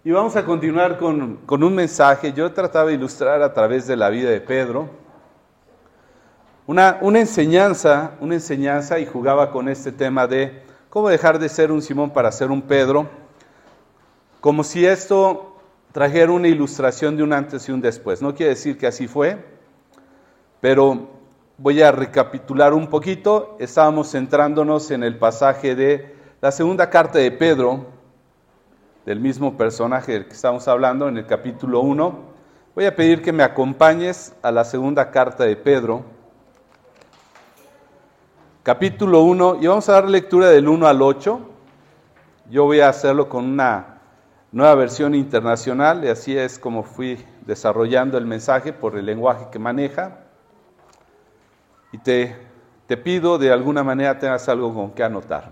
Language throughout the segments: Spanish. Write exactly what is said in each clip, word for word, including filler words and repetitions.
Y vamos a continuar con, con un mensaje. Yo trataba de ilustrar a través de la vida de Pedro una, una enseñanza, una enseñanza y jugaba con este tema de cómo dejar de ser un Simón para ser un Pedro, como si esto trajera una ilustración de un antes y un después. No quiere decir que así fue, pero voy a recapitular un poquito. Estábamos centrándonos en el pasaje de la segunda carta de Pedro, del mismo personaje del que estamos hablando, en el capítulo uno. Voy a pedir que me acompañes a la segunda carta de Pedro, capítulo uno, y vamos a dar lectura del uno al ocho. Yo voy a hacerlo con una nueva versión internacional, y así es como fui desarrollando el mensaje por el lenguaje que maneja. Y te, te pido de alguna manera tengas algo con que anotar.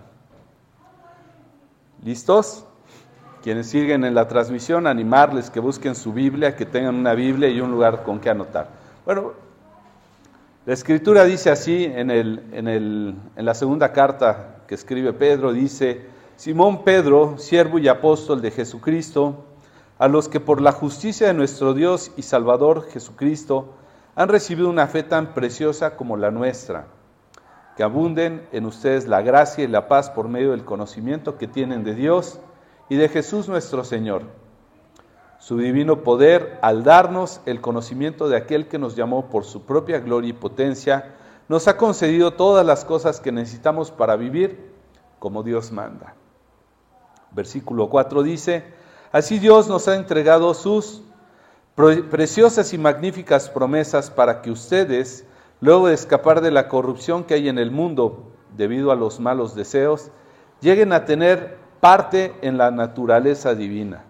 ¿Listos? Quienes siguen en la transmisión, animarles que busquen su Biblia, que tengan una Biblia y un lugar con que anotar. Bueno, la Escritura dice así, en, el, en, el, en la segunda carta que escribe Pedro, dice: Simón Pedro, siervo y apóstol de Jesucristo, a los que por la justicia de nuestro Dios y Salvador Jesucristo han recibido una fe tan preciosa como la nuestra, que abunden en ustedes la gracia y la paz por medio del conocimiento que tienen de Dios y de Jesús nuestro Señor. Su divino poder, al darnos el conocimiento de aquel que nos llamó por su propia gloria y potencia, nos ha concedido todas las cosas que necesitamos para vivir como Dios manda. Versículo cuatro dice: Así Dios nos ha entregado sus preciosas y magníficas promesas para que ustedes, luego de escapar de la corrupción que hay en el mundo debido a los malos deseos, lleguen a tener parte en la naturaleza divina.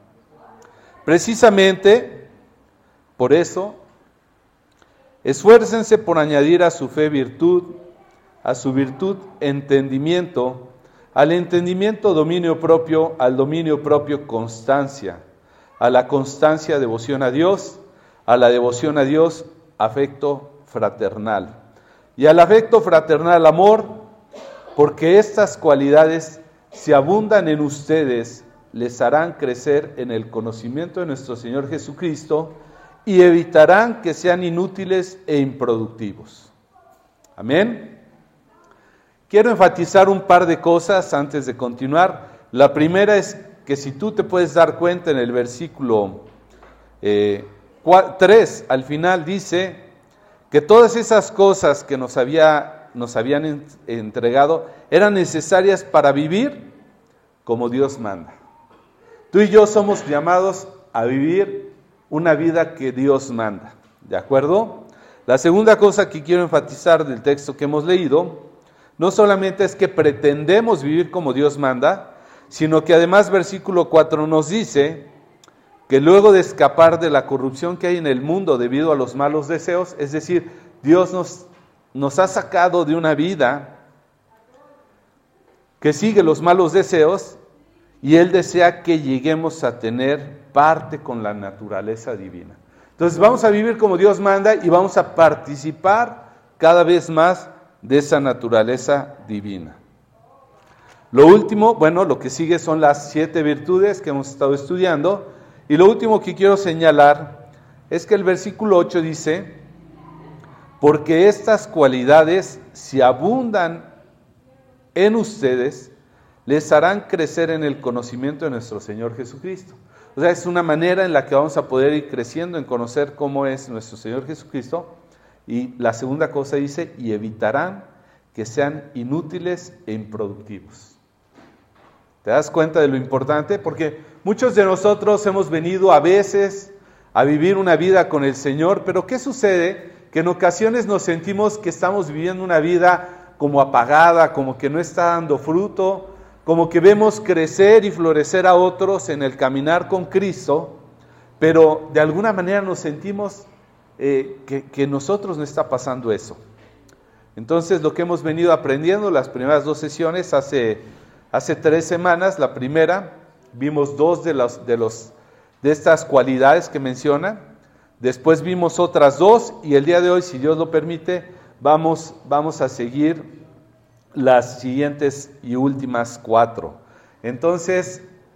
Precisamente por eso, esfuércense por añadir a su fe virtud, a su virtud entendimiento, al entendimiento dominio propio, al dominio propio constancia, a la constancia devoción a Dios, a la devoción a Dios afecto fraternal, y al afecto fraternal amor, porque estas cualidades, si abundan en ustedes, les harán crecer en el conocimiento de nuestro Señor Jesucristo y evitarán que sean inútiles e improductivos. Amén. Quiero enfatizar un par de cosas antes de continuar. La primera es que si tú te puedes dar cuenta en el versículo eh, tres, al final dice que todas esas cosas que nos había nos habían en, entregado eran necesarias para vivir como Dios manda. Tú y yo somos llamados a vivir una vida que Dios manda, ¿de acuerdo? La segunda cosa que quiero enfatizar del texto que hemos leído, no solamente es que pretendemos vivir como Dios manda, sino que además versículo cuatro nos dice que luego de escapar de la corrupción que hay en el mundo debido a los malos deseos, es decir, Dios nos, nos ha sacado de una vida que sigue los malos deseos y Él desea que lleguemos a tener parte con la naturaleza divina. Entonces vamos a vivir como Dios manda y vamos a participar cada vez más de esa naturaleza divina. Lo último, bueno, lo que sigue son las siete virtudes que hemos estado estudiando, y lo último que quiero señalar es que el versículo ocho dice: porque estas cualidades, si abundan en ustedes, les harán crecer en el conocimiento de nuestro Señor Jesucristo. O sea, es una manera en la que vamos a poder ir creciendo en conocer cómo es nuestro Señor Jesucristo. Y la segunda cosa dice: y evitarán que sean inútiles e improductivos. ¿Te das cuenta de lo importante? Porque muchos de nosotros hemos venido a veces a vivir una vida con el Señor, pero ¿qué sucede? Que en ocasiones nos sentimos que estamos viviendo una vida como apagada, como que no está dando fruto, como que vemos crecer y florecer a otros en el caminar con Cristo, pero de alguna manera nos sentimos eh, que, que nosotros no está pasando eso. Entonces, lo que hemos venido aprendiendo las primeras dos sesiones, hace, hace tres semanas, la primera, vimos dos de, los, de, los, de estas cualidades que menciona, después vimos otras dos, y el día de hoy, si Dios lo permite, vamos, vamos a seguir las siguientes y últimas cuatro. Entonces,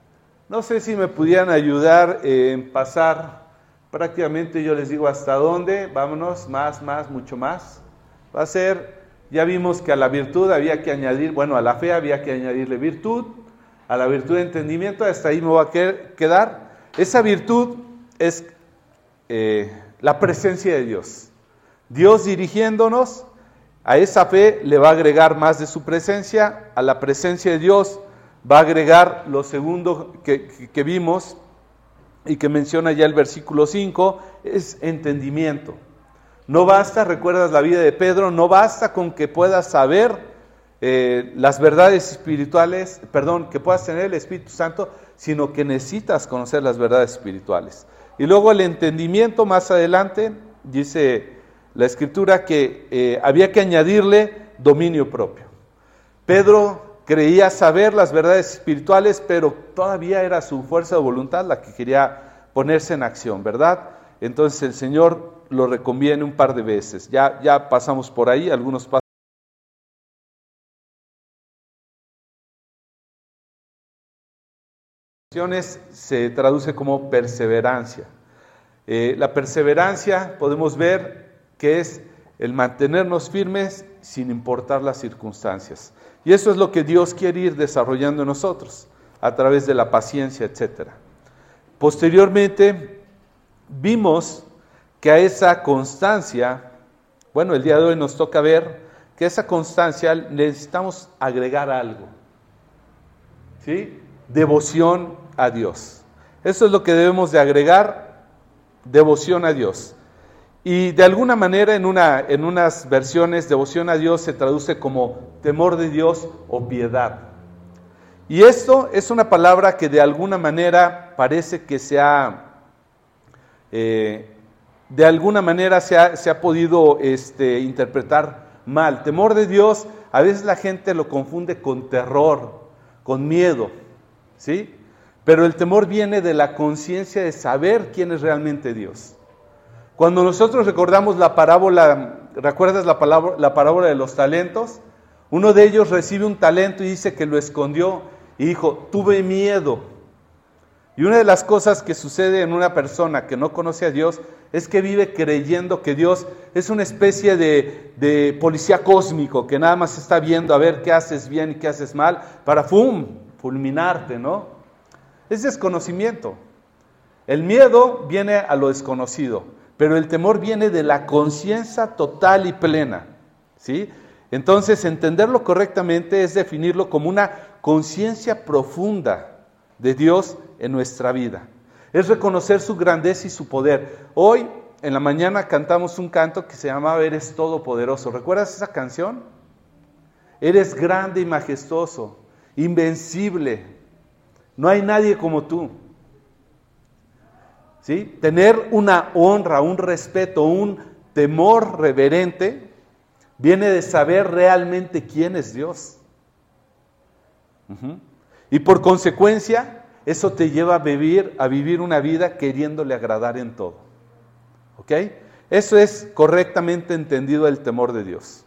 No sé si me pudieran ayudar en pasar prácticamente, yo les digo hasta dónde, vámonos, más, más, mucho más. Va a ser, ya vimos que a la virtud había que añadir, bueno, a la fe había que añadirle virtud, a la virtud de entendimiento, hasta ahí me voy a quedar. Esa virtud es eh, la presencia de Dios. Dios dirigiéndonos, a esa fe le va a agregar más de su presencia, a la presencia de Dios va a agregar lo segundo que, que, que vimos y que menciona ya el versículo cinco, es entendimiento. No basta, recuerdas la vida de Pedro, no basta con que puedas saber eh, las verdades espirituales, perdón, que puedas tener el Espíritu Santo, sino que necesitas conocer las verdades espirituales. Y luego el entendimiento, más adelante, dice la Escritura que eh, había que añadirle dominio propio. Pedro creía saber las verdades espirituales, pero todavía era su fuerza de voluntad la que quería ponerse en acción, ¿verdad? Entonces el Señor lo reconviene un par de veces. Ya, ya pasamos por ahí, algunos pasos. Se traduce como perseverancia. Eh, la perseverancia podemos ver que es el mantenernos firmes sin importar las circunstancias. Y eso es lo que Dios quiere ir desarrollando en nosotros, a través de la paciencia, etcétera. Posteriormente, vimos que a esa constancia, bueno, el día de hoy nos toca ver que a esa constancia necesitamos agregar algo, ¿sí? Devoción a Dios. Eso es lo que debemos de agregar, devoción a Dios. Y de alguna manera en, una, en unas versiones, devoción a Dios se traduce como temor de Dios o piedad. Y esto es una palabra que de alguna manera parece que se ha, eh, de alguna manera se ha, se ha podido este, interpretar mal. Temor de Dios, a veces la gente lo confunde con terror, con miedo, ¿sí? Pero el temor viene de la conciencia de saber quién es realmente Dios. Cuando nosotros recordamos la parábola, ¿recuerdas la, palabra, la parábola de los talentos? Uno de ellos recibe un talento y dice que lo escondió y dijo, tuve miedo. Y una de las cosas que sucede en una persona que no conoce a Dios es que vive creyendo que Dios es una especie de, de policía cósmico que nada más está viendo a ver qué haces bien y qué haces mal para ¡fum! Fulminarte, ¿no? Es desconocimiento. El miedo viene a lo desconocido. Pero el temor viene de la conciencia total y plena, ¿sí? Entonces, entenderlo correctamente es definirlo como una conciencia profunda de Dios en nuestra vida. Es reconocer su grandeza y su poder. Hoy, en la mañana, cantamos un canto que se llamaba Eres Todopoderoso. ¿Recuerdas esa canción? Eres grande y majestuoso, invencible. No hay nadie como tú. ¿Sí? Tener una honra, un respeto, un temor reverente, viene de saber realmente quién es Dios. Uh-huh. Y por consecuencia, eso te lleva a vivir, a vivir una vida queriéndole agradar en todo. ¿Ok? Eso es correctamente entendido el temor de Dios.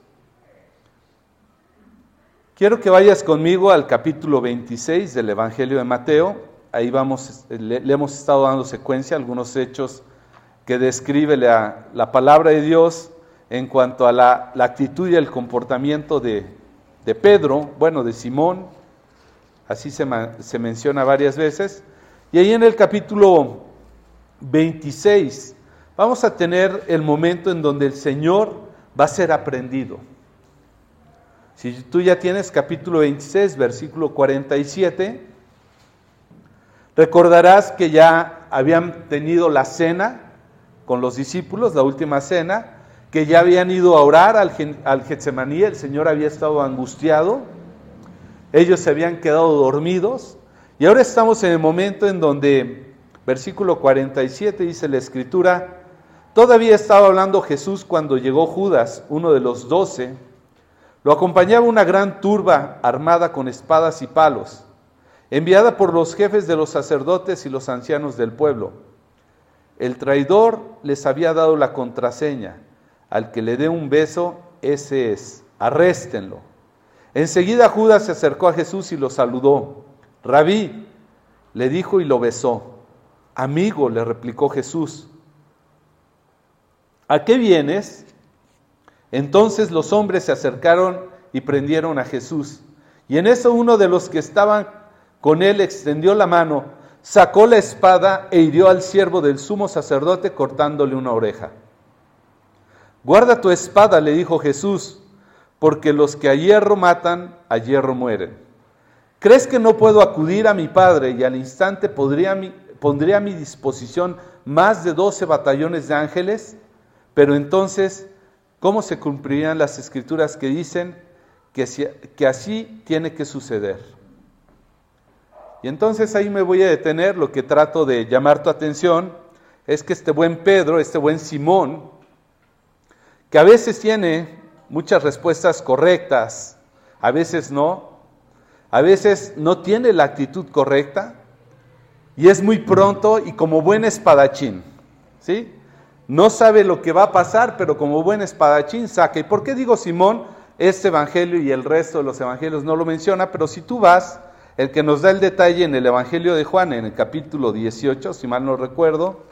Quiero que vayas conmigo al capítulo veintiséis del Evangelio de Mateo. Ahí vamos, le, le hemos estado dando secuencia a algunos hechos que describe la, la palabra de Dios en cuanto a la, la actitud y el comportamiento de, de Pedro, bueno, de Simón, así se, se menciona varias veces. Y ahí en el capítulo veintiséis vamos a tener el momento en donde el Señor va a ser aprendido. Si tú ya tienes capítulo veintiséis, versículo cuarenta y siete, recordarás que ya habían tenido la cena con los discípulos, la última cena, que ya habían ido a orar al, al Getsemaní, el Señor había estado angustiado, ellos se habían quedado dormidos, y ahora estamos en el momento en donde, versículo cuarenta y siete, dice la Escritura, todavía estaba hablando Jesús cuando llegó Judas, uno de los doce, lo acompañaba una gran turba armada con espadas y palos, enviada por los jefes de los sacerdotes y los ancianos del pueblo. El traidor les había dado la contraseña, al que le dé un beso, ese es, arréstenlo. Enseguida Judas se acercó a Jesús y lo saludó. Rabí, le dijo y lo besó. Amigo, le replicó Jesús, ¿a qué vienes? Entonces los hombres se acercaron y prendieron a Jesús. Y en eso uno de los que estaban con él extendió la mano, sacó la espada e hirió al siervo del sumo sacerdote cortándole una oreja. Guarda tu espada, le dijo Jesús, porque los que a hierro matan, a hierro mueren. ¿Crees que no puedo acudir a mi Padre y al instante podría mi, pondría a mi disposición más de doce batallones de ángeles? Pero entonces, ¿cómo se cumplirían las escrituras que dicen que, si, que así tiene que suceder? Y entonces ahí me voy a detener. Lo que trato de llamar tu atención es que este buen Pedro, este buen Simón, que a veces tiene muchas respuestas correctas, a veces no, a veces no tiene la actitud correcta, y es muy pronto y como buen espadachín, ¿sí? No sabe lo que va a pasar, pero como buen espadachín saca. ¿Y por qué digo Simón? Este evangelio y el resto de los evangelios no lo menciona, pero si tú vas, el que nos da el detalle en el evangelio de Juan, en el capítulo dieciocho, si mal no recuerdo,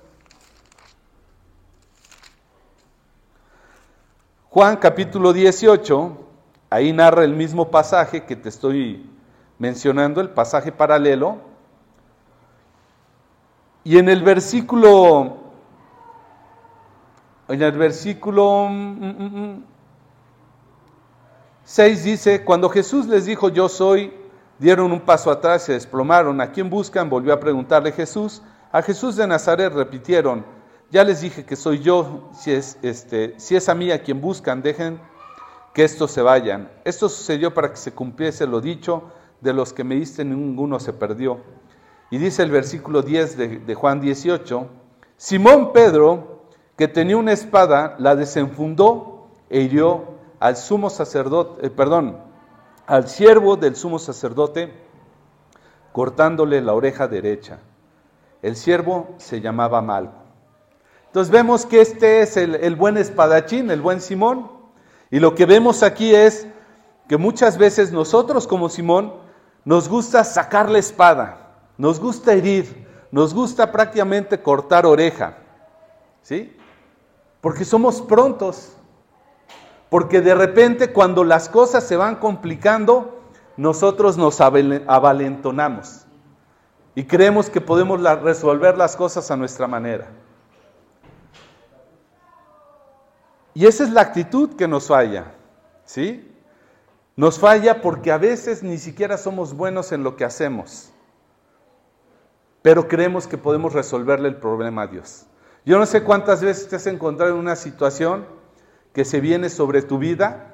Juan capítulo dieciocho, ahí narra el mismo pasaje que te estoy mencionando, el pasaje paralelo, y en el versículo, en el versículo seis dice, cuando Jesús les dijo yo soy, dieron un paso atrás, se desplomaron. ¿A quién buscan? Volvió a preguntarle Jesús. A Jesús de Nazaret, repitieron. Ya les dije que soy yo, si es, este, si es a mí a quien buscan, dejen que estos se vayan. Esto sucedió para que se cumpliese lo dicho, de los que me diste ninguno se perdió. Y dice el versículo diez de, de Juan dieciocho, Simón Pedro, que tenía una espada, la desenfundó e hirió al sumo sacerdote, eh, perdón, al siervo del sumo sacerdote, cortándole la oreja derecha. El siervo se llamaba Malco. Entonces vemos que este es el, el buen espadachín, el buen Simón, y lo que vemos aquí es que muchas veces nosotros como Simón nos gusta sacar la espada, nos gusta herir, nos gusta prácticamente cortar oreja, ¿sí? Porque somos prontos, porque de repente cuando las cosas se van complicando, nosotros nos avalentonamos y creemos que podemos la, resolver las cosas a nuestra manera. Y esa es la actitud que nos falla, ¿sí? Nos falla porque a veces ni siquiera somos buenos en lo que hacemos, pero creemos que podemos resolverle el problema a Dios. Yo no sé cuántas veces te has encontrado en una situación que se viene sobre tu vida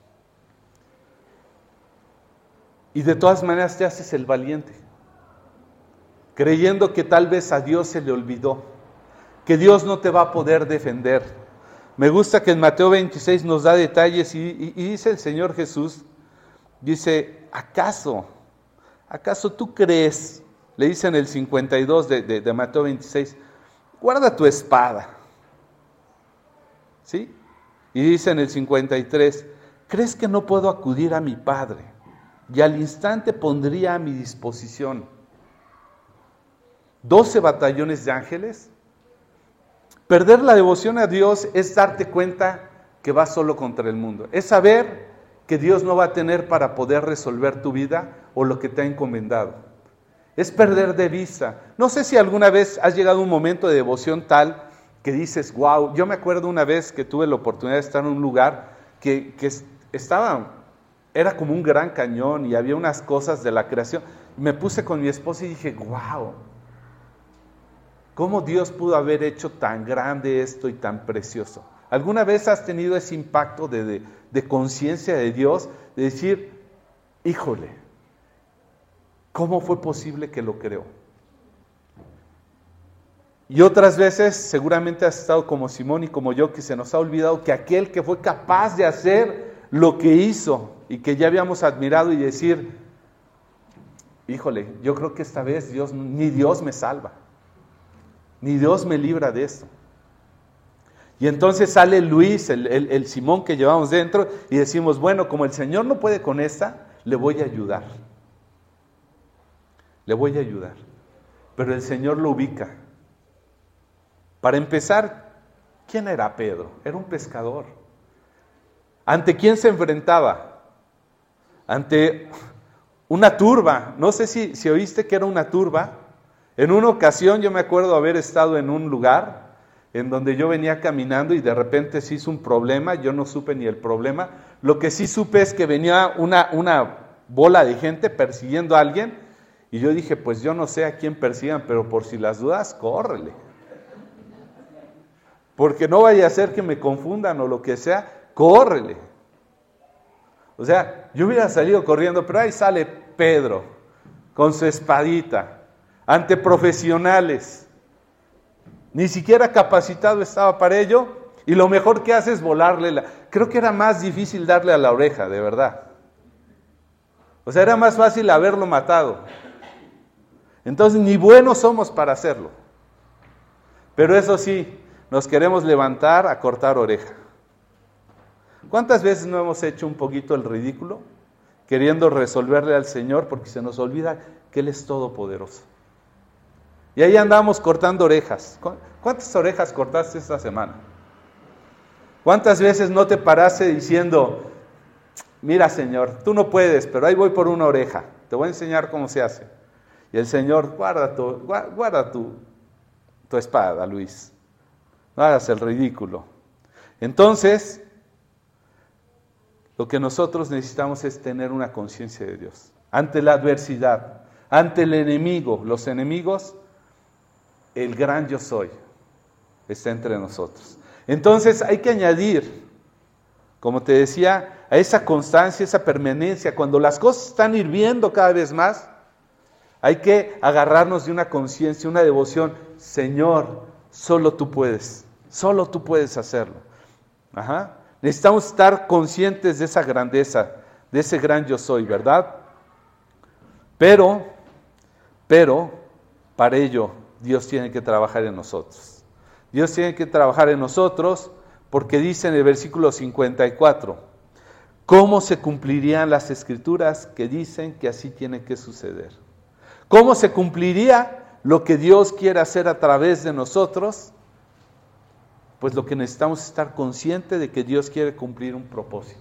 y de todas maneras te haces el valiente, creyendo que tal vez a Dios se le olvidó, que Dios no te va a poder defender. Me gusta que en Mateo veintiséis nos da detalles y, y, y dice el Señor Jesús, dice, ¿acaso, acaso tú crees? Le dice en el cincuenta y dos de, de, de Mateo veintiséis, guarda tu espada, ¿sí? Y dice en el cincuenta y tres, ¿crees que no puedo acudir a mi Padre y al instante pondría a mi disposición doce batallones de ángeles? Perder la devoción a Dios es darte cuenta que vas solo contra el mundo. Es saber que Dios no va a tener para poder resolver tu vida o lo que te ha encomendado. Es perder de vista. No sé si alguna vez has llegado a un momento de devoción tal que dices, wow, yo me acuerdo una vez que tuve la oportunidad de estar en un lugar que, que estaba, era como un gran cañón y había unas cosas de la creación. Me puse con mi esposa y dije, wow, ¿cómo Dios pudo haber hecho tan grande esto y tan precioso? ¿Alguna vez has tenido ese impacto de, de, de conciencia de Dios? De decir, híjole, ¿cómo fue posible que lo creó? Y otras veces seguramente has estado como Simón y como yo, que se nos ha olvidado que aquel que fue capaz de hacer lo que hizo y que ya habíamos admirado y decir, híjole, yo creo que esta vez Dios, ni Dios me salva, ni Dios me libra de esto. Y entonces sale Luis, el, el, el Simón que llevamos dentro, y decimos, bueno, como el Señor no puede con esta, le voy a ayudar. Le voy a ayudar. pero el Señor lo ubica. Para empezar, ¿quién era Pedro? Era un pescador. ¿Ante quién se enfrentaba? Ante una turba. No sé si, si oíste que era una turba. En una ocasión yo me acuerdo haber estado en un lugar en donde yo venía caminando y de repente se hizo un problema, yo no supe ni el problema. Lo que sí supe es que venía una, una bola de gente persiguiendo a alguien y yo dije, pues yo no sé a quién persigan, pero por si las dudas, córrele. Porque no vaya a ser que me confundan o lo que sea, córrele. O sea, yo hubiera salido corriendo, pero ahí sale Pedro con su espadita, ante profesionales. Ni siquiera capacitado estaba para ello, y lo mejor que hace es volarle la... Creo que era más difícil darle a la oreja, de verdad. O sea, era más fácil haberlo matado. Entonces, ni buenos somos para hacerlo. Pero eso sí, nos queremos levantar a cortar oreja. ¿Cuántas veces no hemos hecho un poquito el ridículo? Queriendo resolverle al Señor porque se nos olvida que Él es todopoderoso. Y ahí andamos cortando orejas. ¿Cuántas orejas cortaste esta semana? ¿Cuántas veces no te paraste diciendo, mira Señor, tú no puedes, pero ahí voy por una oreja, te voy a enseñar cómo se hace? Y el Señor, guarda tu, guarda tu, tu espada, Luis, no hagas el ridículo. Entonces, lo que nosotros necesitamos es tener una conciencia de Dios. Ante la adversidad, ante el enemigo, los enemigos, el gran yo soy está entre nosotros. Entonces hay que añadir, como te decía, a esa constancia, esa permanencia. Cuando las cosas están hirviendo cada vez más, hay que agarrarnos de una conciencia, una devoción. Señor, solo tú puedes, solo tú puedes hacerlo. Ajá. Necesitamos estar conscientes de esa grandeza, de ese gran yo soy, ¿verdad? Pero, pero, para ello, Dios tiene que trabajar en nosotros. Dios tiene que trabajar en nosotros porque dice en el versículo cincuenta y cuatro, ¿cómo se cumplirían las escrituras que dicen que así tiene que suceder? ¿Cómo se cumpliría lo que Dios quiere hacer a través de nosotros? Pues lo que necesitamos es estar conscientes de que Dios quiere cumplir un propósito.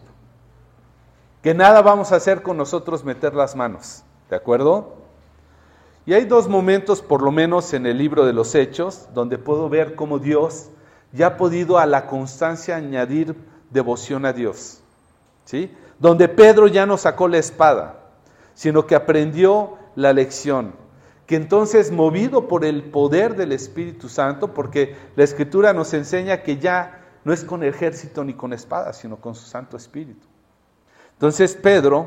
Que nada vamos a hacer con nosotros meter las manos, ¿de acuerdo? Y hay dos momentos, por lo menos en el libro de los Hechos, donde puedo ver cómo Dios ya ha podido a la constancia añadir devoción a Dios, ¿sí? Donde Pedro ya no sacó la espada, sino que aprendió la lección. Que entonces, movido por el poder del Espíritu Santo, porque la Escritura nos enseña que ya no es con ejército ni con espada, sino con su Santo Espíritu. Entonces Pedro,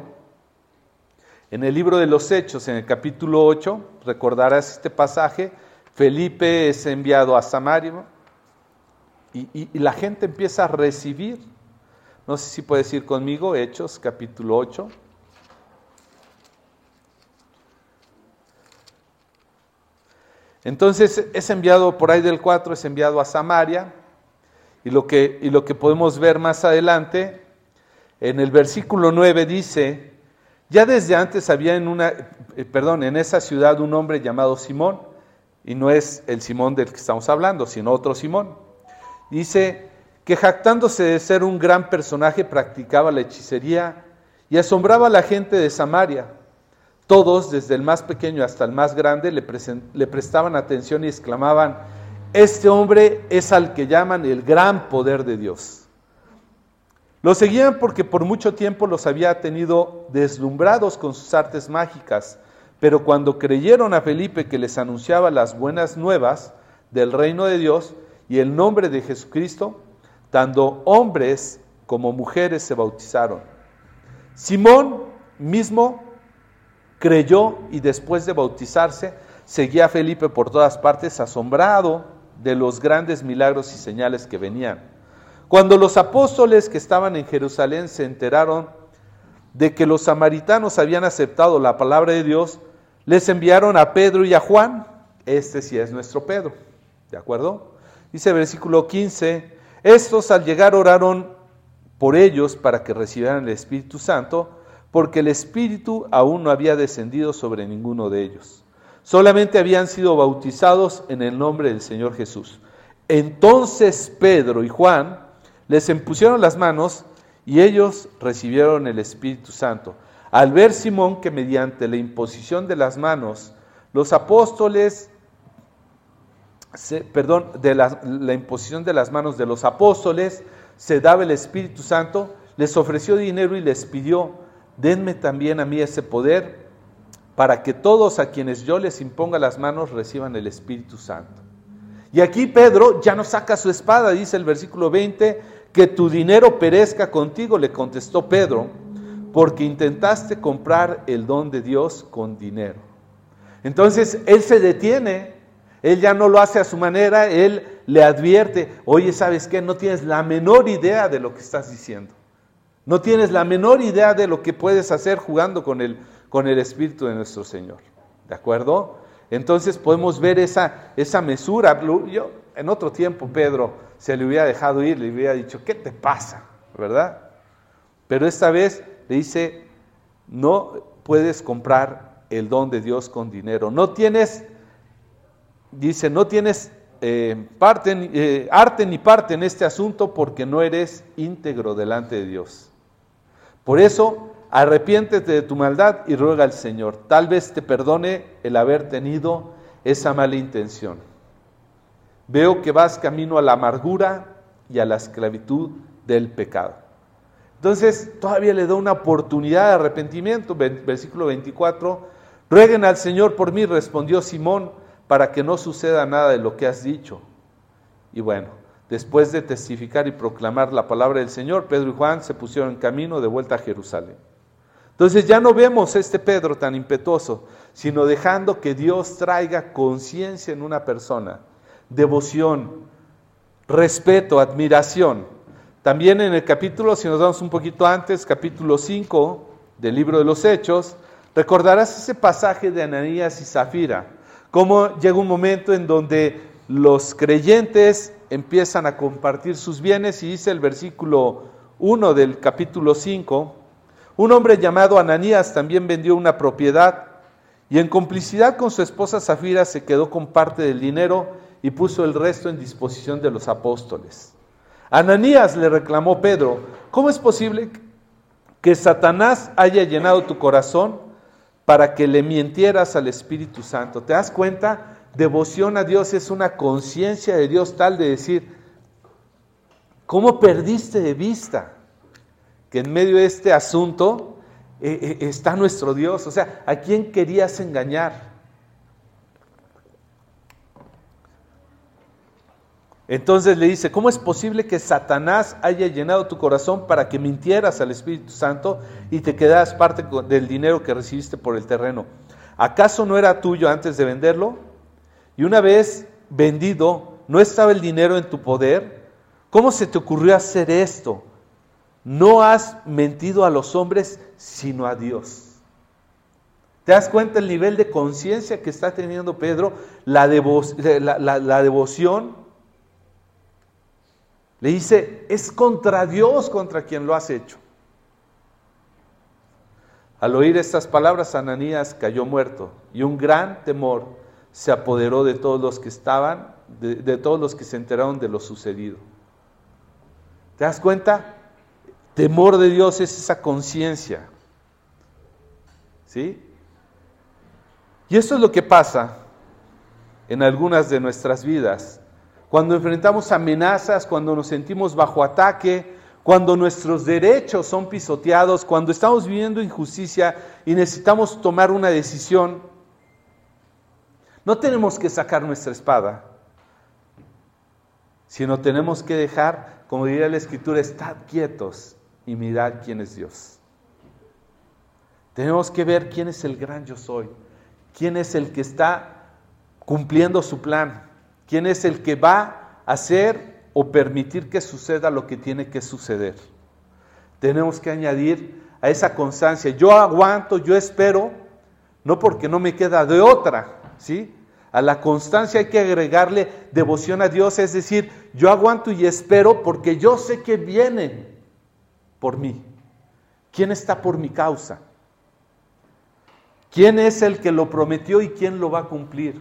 en el libro de los Hechos, en el capítulo ocho, recordarás este pasaje, Felipe es enviado a Samaria y, y, y la gente empieza a recibir. No sé si puedes ir conmigo, Hechos, capítulo ocho. Entonces es enviado por ahí del cuatro, es enviado a Samaria, y lo que, y lo que podemos ver más adelante, en el versículo nueve dice, ya desde antes había en una, eh, perdón, en esa ciudad un hombre llamado Simón, y no es el Simón del que estamos hablando, sino otro Simón. Dice que jactándose de ser un gran personaje practicaba la hechicería y asombraba a la gente de Samaria. Todos, desde el más pequeño hasta el más grande, le, presen- le prestaban atención y exclamaban, este hombre es al que llaman el gran poder de Dios. Lo seguían porque por mucho tiempo los había tenido deslumbrados con sus artes mágicas, pero cuando creyeron a Felipe que les anunciaba las buenas nuevas del reino de Dios y el nombre de Jesucristo, tanto hombres como mujeres se bautizaron. Simón mismo creyó y después de bautizarse seguía a Felipe por todas partes, asombrado de los grandes milagros y señales que venían. Cuando los apóstoles que estaban en Jerusalén se enteraron de que los samaritanos habían aceptado la palabra de Dios, les enviaron a Pedro y a Juan. Este sí es nuestro Pedro, ¿de acuerdo? Dice el versículo quince, estos al llegar oraron por ellos para que recibieran el Espíritu Santo, porque el Espíritu aún no había descendido sobre ninguno de ellos. solamente habían sido bautizados en el nombre del Señor Jesús. Entonces Pedro y Juan les impusieron las manos y ellos recibieron el Espíritu Santo. Al ver Simón que mediante la imposición de las manos, los apóstoles, se, perdón, de la, la imposición de las manos de los apóstoles, se daba el Espíritu Santo, les ofreció dinero y les pidió, denme también a mí ese poder, para que todos a quienes yo les imponga las manos reciban el Espíritu Santo. Y aquí Pedro ya no saca su espada, dice el versículo veinte, que tu dinero perezca contigo, le contestó Pedro, porque intentaste comprar el don de Dios con dinero. Entonces él se detiene, él ya no lo hace a su manera, él le advierte, oye, ¿sabes qué? No tienes la menor idea de lo que estás diciendo. No tienes la menor idea de lo que puedes hacer jugando con el, con el Espíritu de nuestro Señor. ¿De acuerdo? Entonces podemos ver esa, esa mesura. Yo, en otro tiempo Pedro se le hubiera dejado ir, le hubiera dicho, ¿qué te pasa? ¿Verdad? Pero esta vez le dice, no puedes comprar el don de Dios con dinero. No tienes, dice, no tienes eh, parte, eh, arte ni parte en este asunto porque no eres íntegro delante de Dios. Por eso, arrepiéntete de tu maldad y ruega al Señor. Tal vez te perdone el haber tenido esa mala intención. Veo que vas camino a la amargura y a la esclavitud del pecado. Entonces, todavía le da una oportunidad de arrepentimiento. Versículo veinticuatro. Rueguen al Señor por mí, respondió Simón, para que no suceda nada de lo que has dicho. Y bueno, después de testificar y proclamar la palabra del Señor, Pedro y Juan se pusieron en camino de vuelta a Jerusalén. Entonces ya no vemos a este Pedro tan impetuoso, sino dejando que Dios traiga conciencia en una persona, devoción, respeto, admiración. También en el capítulo, si nos vamos un poquito antes, capítulo cinco del libro de los Hechos, recordarás ese pasaje de Ananías y Zafira, cómo llega un momento en donde los creyentes empiezan a compartir sus bienes, y dice el versículo uno del capítulo cinco, un hombre llamado Ananías también vendió una propiedad y en complicidad con su esposa Zafira se quedó con parte del dinero y puso el resto en disposición de los apóstoles. Ananías, le reclamó Pedro, ¿cómo es posible que Satanás haya llenado tu corazón para que le mintieras al Espíritu Santo? ¿Te das cuenta? Devoción a Dios es una conciencia de Dios tal de decir, ¿cómo perdiste de vista que en medio de este asunto eh, eh, está nuestro Dios? O sea, ¿a quién querías engañar? Entonces le dice, ¿cómo es posible que Satanás haya llenado tu corazón para que mintieras al Espíritu Santo y te quedaras parte del dinero que recibiste por el terreno? ¿Acaso no era tuyo antes de venderlo? Y una vez vendido, ¿no estaba el dinero en tu poder? ¿Cómo se te ocurrió hacer esto? No has mentido a los hombres, sino a Dios. ¿Te das cuenta el nivel de conciencia que está teniendo Pedro? La, devo- la, la, la devoción. Le dice, es contra Dios contra quien lo has hecho. Al oír estas palabras, Ananías cayó muerto y un gran temor se apoderó de todos los que estaban, de, de todos los que se enteraron de lo sucedido. ¿Te das cuenta? Temor de Dios es esa conciencia. ¿Sí? Y esto es lo que pasa en algunas de nuestras vidas. Cuando enfrentamos amenazas, cuando nos sentimos bajo ataque, cuando nuestros derechos son pisoteados, cuando estamos viviendo injusticia y necesitamos tomar una decisión, no tenemos que sacar nuestra espada, sino tenemos que dejar, como diría la Escritura, estad quietos y mirad quién es Dios. Tenemos que ver quién es el gran yo soy, quién es el que está cumpliendo su plan, quién es el que va a hacer o permitir que suceda lo que tiene que suceder. Tenemos que añadir a esa constancia, yo aguanto, yo espero, no porque no me queda de otra, ¿sí? A la constancia hay que agregarle devoción a Dios, es decir, yo aguanto y espero porque yo sé que viene por mí. ¿Quién está por mi causa? ¿Quién es el que lo prometió y quién lo va a cumplir?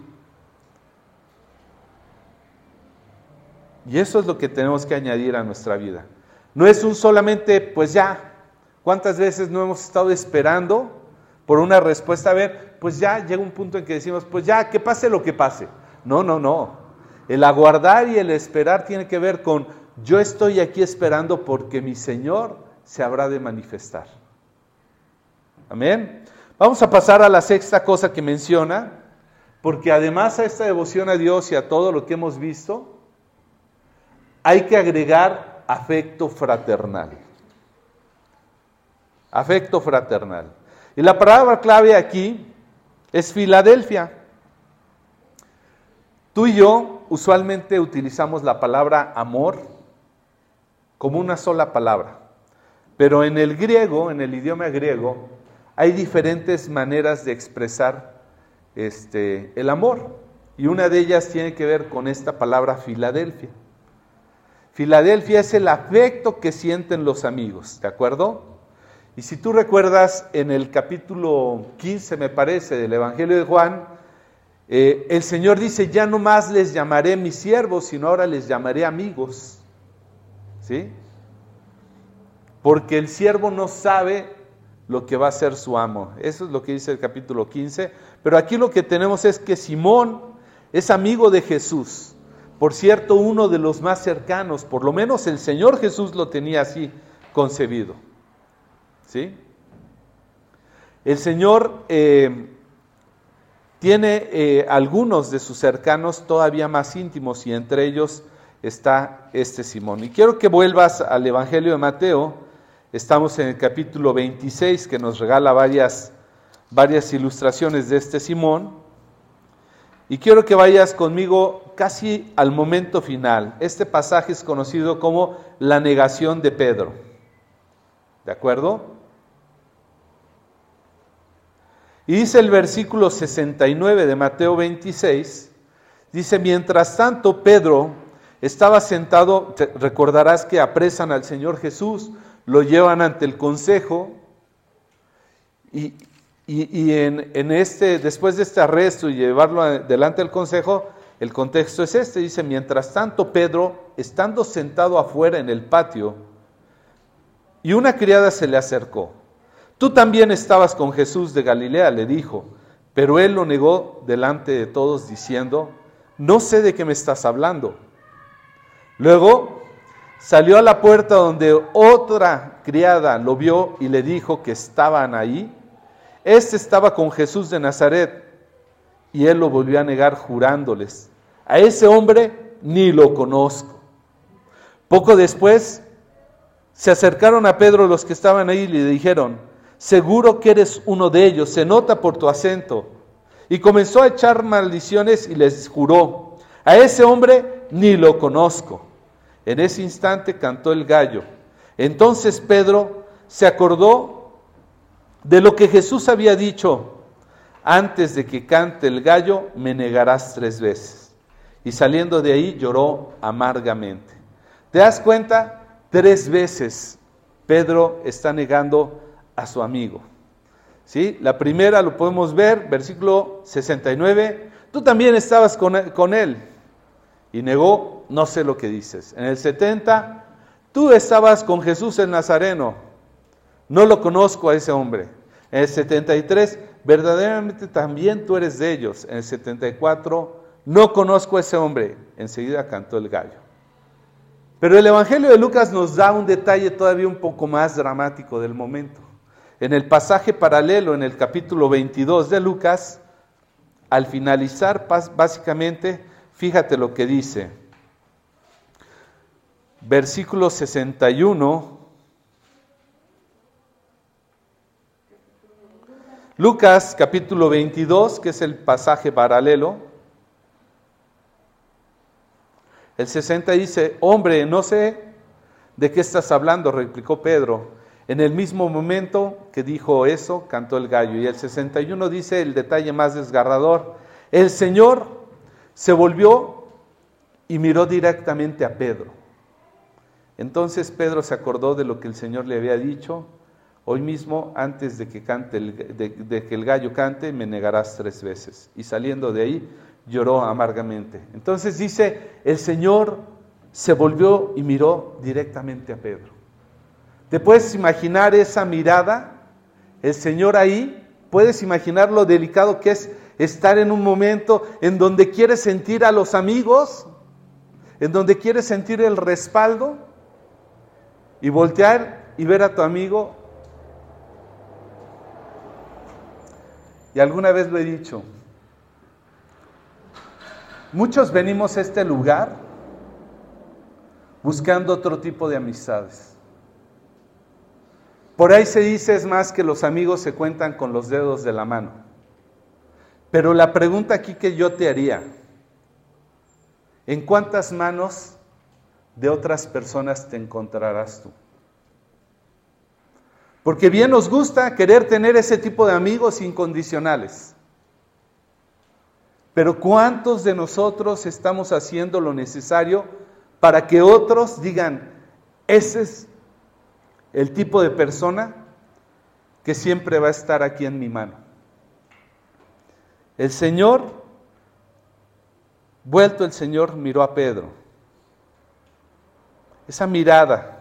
Y eso es lo que tenemos que añadir a nuestra vida. No es un solamente, pues ya, ¿cuántas veces no hemos estado esperando por una respuesta? A ver, pues ya llega un punto en que decimos, pues ya, que pase lo que pase. No, no, no. El aguardar y el esperar tiene que ver con, yo estoy aquí esperando porque mi Señor se habrá de manifestar. Amén. Vamos a pasar a la sexta cosa que menciona, porque además a esta devoción a Dios y a todo lo que hemos visto, hay que agregar afecto fraternal. Afecto fraternal. Y la palabra clave aquí es Filadelfia. Tú y yo usualmente utilizamos la palabra amor como una sola palabra, pero en el griego, en el idioma griego, hay diferentes maneras de expresar este, el amor, y una de ellas tiene que ver con esta palabra Filadelfia. Filadelfia es el afecto que sienten los amigos, ¿de acuerdo? Y si tú recuerdas en el capítulo quince, me parece, del Evangelio de Juan, eh, el Señor dice, ya no más les llamaré mis siervos, sino ahora les llamaré amigos, ¿sí? Porque el siervo no sabe lo que va a hacer su amo. Eso es lo que dice el capítulo quince. Pero aquí lo que tenemos es que Simón es amigo de Jesús. Por cierto, uno de los más cercanos, por lo menos el Señor Jesús lo tenía así concebido. ¿Sí? El Señor eh, tiene eh, algunos de sus cercanos todavía más íntimos, y entre ellos está este Simón. Y quiero que vuelvas al Evangelio de Mateo. Estamos en el capítulo veintiséis, que nos regala varias, varias ilustraciones de este Simón. Y quiero que vayas conmigo casi al momento final. Este pasaje es conocido como la negación de Pedro. ¿De acuerdo? Y dice el versículo sesenta y nueve de Mateo veintiséis, dice, mientras tanto Pedro estaba sentado, te recordarás que apresan al Señor Jesús, lo llevan ante el consejo, y, y, y en, en este, después de este arresto y llevarlo a, delante del consejo, el contexto es este, dice, mientras tanto Pedro, estando sentado afuera en el patio, y una criada se le acercó. Tú también estabas con Jesús de Galilea, le dijo, pero él lo negó delante de todos diciendo, no sé de qué me estás hablando. Luego salió a la puerta donde otra criada lo vio y le dijo que estaban ahí. Este estaba con Jesús de Nazaret, y él lo volvió a negar jurándoles, a ese hombre ni lo conozco. Poco después se acercaron a Pedro los que estaban ahí y le dijeron, seguro que eres uno de ellos, se nota por tu acento. Y comenzó a echar maldiciones y les juró, a ese hombre ni lo conozco. En ese instante cantó el gallo. Entonces Pedro se acordó de lo que Jesús había dicho, antes de que cante el gallo me negarás tres veces. Y saliendo de ahí lloró amargamente. ¿Te das cuenta? Tres veces Pedro está negando a su amigo. ¿Sí? La primera lo podemos ver, versículo sesenta y nueve, tú también estabas con él, con él, y negó, no sé lo que dices. En el setenta, tú estabas con Jesús el Nazareno, no lo conozco a ese hombre. En el setenta y tres, verdaderamente también tú eres de ellos. En el setenta y cuatro, no conozco a ese hombre. Enseguida cantó el gallo. Pero el Evangelio de Lucas nos da un detalle todavía un poco más dramático del momento. En el pasaje paralelo, en el capítulo veintidós de Lucas, al finalizar, básicamente, fíjate lo que dice. Versículo sesenta y uno. Lucas, capítulo veintidós, que es el pasaje paralelo. El sesenta dice, hombre, no sé de qué estás hablando, replicó Pedro. En el mismo momento que dijo eso, cantó el gallo. Y el sesenta y uno dice el detalle más desgarrador. El Señor se volvió y miró directamente a Pedro. Entonces Pedro se acordó de lo que el Señor le había dicho. hoy mismo, antes de que, cante el, de, de que el gallo cante, me negarás tres veces. Y saliendo de ahí, lloró amargamente. Entonces dice, el Señor se volvió y miró directamente a Pedro. ¿Te puedes imaginar esa mirada? El Señor ahí, ¿puedes imaginar lo delicado que es estar en un momento en donde quieres sentir a los amigos? ¿En donde quieres sentir el respaldo? Y voltear y ver a tu amigo. Y alguna vez lo he dicho, muchos venimos a este lugar buscando otro tipo de amistades. Por ahí se dice, es más, que los amigos se cuentan con los dedos de la mano. Pero la pregunta aquí que yo te haría, ¿en cuántas manos de otras personas te encontrarás tú? Porque bien nos gusta querer tener ese tipo de amigos incondicionales. Pero ¿cuántos de nosotros estamos haciendo lo necesario para que otros digan, ese es el tipo de persona que siempre va a estar aquí en mi mano? El Señor, vuelto el Señor, miró a Pedro. Esa mirada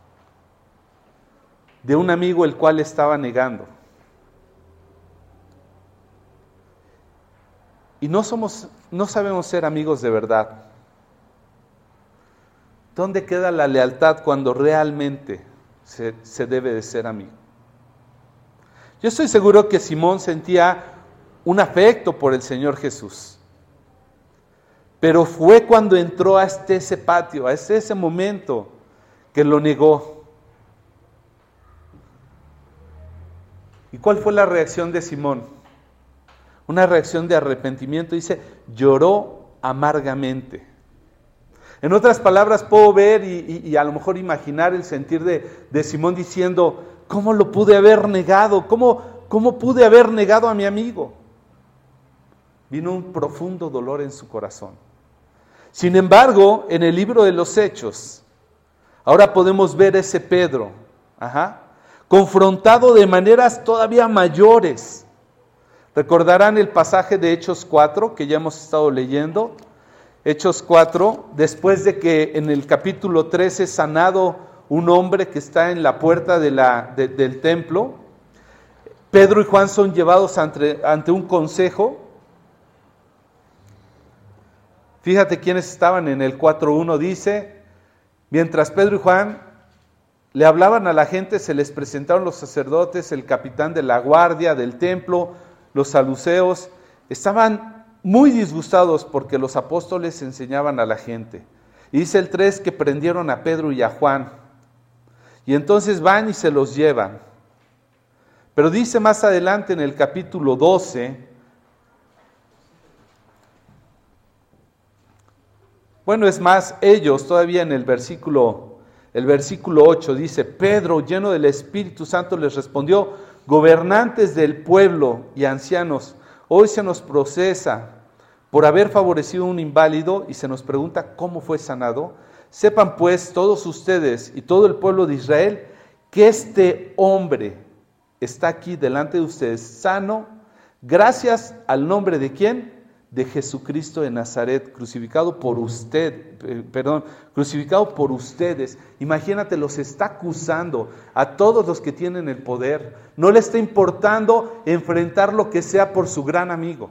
de un amigo el cual estaba negando. Y no somos, no sabemos ser amigos de verdad. ¿Dónde queda la lealtad cuando realmente se, se debe de ser amigo? Yo estoy seguro que Simón sentía un afecto por el Señor Jesús. Pero fue cuando entró a este, ese patio, a ese, ese momento que lo negó. ¿Y cuál fue la reacción de Simón? Una reacción de arrepentimiento. Dice, lloró amargamente. En otras palabras, puedo ver y, y, y a lo mejor imaginar el sentir de, de Simón diciendo, ¿cómo lo pude haber negado? ¿Cómo, ¿Cómo pude haber negado a mi amigo? Vino un profundo dolor en su corazón. Sin embargo, en el libro de los Hechos, ahora podemos ver ese Pedro, ajá, confrontado de maneras todavía mayores. Recordarán el pasaje de Hechos cuatro, que ya hemos estado leyendo. Hechos cuatro, después de que en el capítulo trece es sanado un hombre que está en la puerta de la, de, del templo, Pedro y Juan son llevados ante, ante un consejo. Fíjate quiénes estaban en el cuatro uno, dice, mientras Pedro y Juan le hablaban a la gente, se les presentaron los sacerdotes, el capitán de la guardia del templo, los saduceos. Estaban muy disgustados porque los apóstoles enseñaban a la gente. Y dice el tres que prendieron a Pedro y a Juan. Y entonces van y se los llevan. Pero dice más adelante en el capítulo doce, bueno, es más, ellos todavía en el versículo, el versículo ocho dice, Pedro, lleno del Espíritu Santo, les respondió, gobernantes del pueblo y ancianos, hoy se nos procesa por haber favorecido a un inválido y se nos pregunta cómo fue sanado. Sepan pues todos ustedes y todo el pueblo de Israel que este hombre está aquí delante de ustedes sano, gracias al nombre de ¿quién? De Jesucristo de Nazaret, crucificado por usted, eh, perdón, crucificado por ustedes. Imagínate, los está acusando a todos los que tienen el poder. No le está importando enfrentar lo que sea por su gran amigo.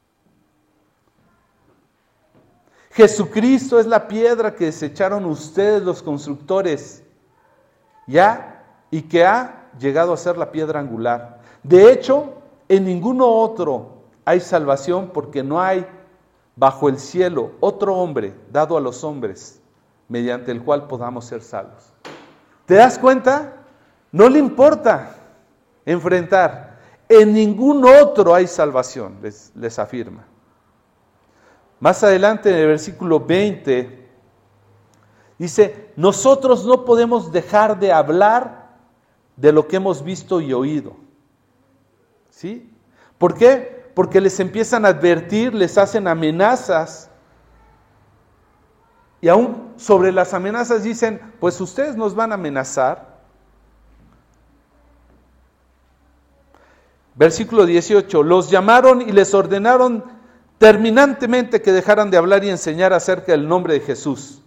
Jesucristo es la piedra que desecharon ustedes los constructores, ya, y que ha llegado a ser la piedra angular. De hecho, en ninguno otro hay salvación, porque no hay bajo el cielo otro hombre dado a los hombres mediante el cual podamos ser salvos. ¿Te das cuenta? No le importa enfrentar. En ningún otro hay salvación, les, les afirma. Más adelante en el versículo veinte dice, nosotros no podemos dejar de hablar de lo que hemos visto y oído. ¿Sí? ¿Por qué? Porque les empiezan a advertir, les hacen amenazas. Y aún sobre las amenazas dicen, pues ustedes nos van a amenazar. Versículo dieciocho, los llamaron y les ordenaron terminantemente que dejaran de hablar y enseñar acerca del nombre de Jesús.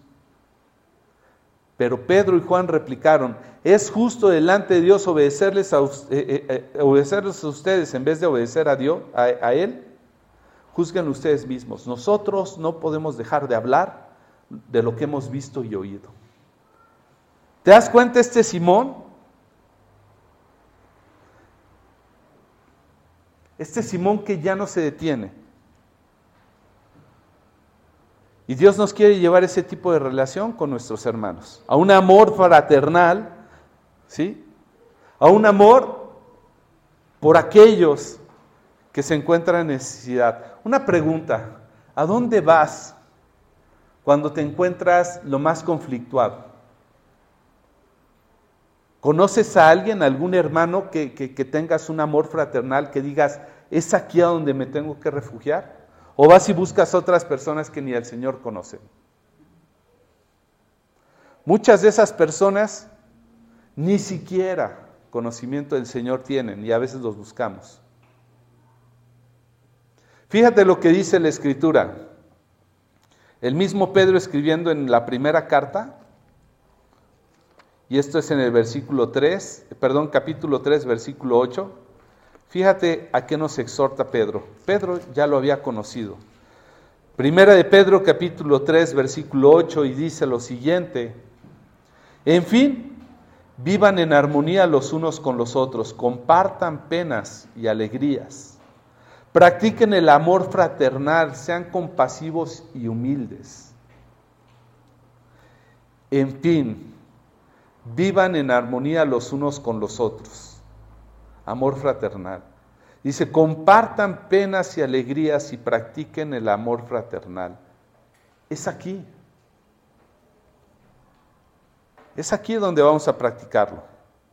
Pero Pedro y Juan replicaron, ¿es justo delante de Dios obedecerles a, eh, eh, obedecerles a ustedes en vez de obedecer a Dios, a, a Él? Juzguen ustedes mismos. Nosotros no podemos dejar de hablar de lo que hemos visto y oído. ¿Te das cuenta este Simón? Este Simón que ya no se detiene. Y Dios nos quiere llevar ese tipo de relación con nuestros hermanos, a un amor fraternal, ¿sí? A un amor por aquellos que se encuentran en necesidad. Una pregunta, ¿a dónde vas cuando te encuentras lo más conflictuado? ¿Conoces a alguien, algún hermano que, que, que tengas un amor fraternal, que digas, es aquí a donde me tengo que refugiar? ¿O vas y buscas otras personas que ni el Señor conoce? Muchas de esas personas ni siquiera conocimiento del Señor tienen y a veces los buscamos. Fíjate lo que dice la Escritura. El mismo Pedro escribiendo en la primera carta, y esto es en el versículo tres, perdón, capítulo tres, versículo ocho. Fíjate a qué nos exhorta Pedro. Pedro ya lo había conocido. Primera de Pedro, capítulo tres, versículo ocho, y dice lo siguiente: en fin, vivan en armonía los unos con los otros, compartan penas y alegrías, practiquen el amor fraternal, sean compasivos y humildes. En fin, vivan en armonía los unos con los otros. Amor fraternal. Dice, compartan penas y alegrías y practiquen el amor fraternal. Es aquí. Es aquí donde vamos a practicarlo.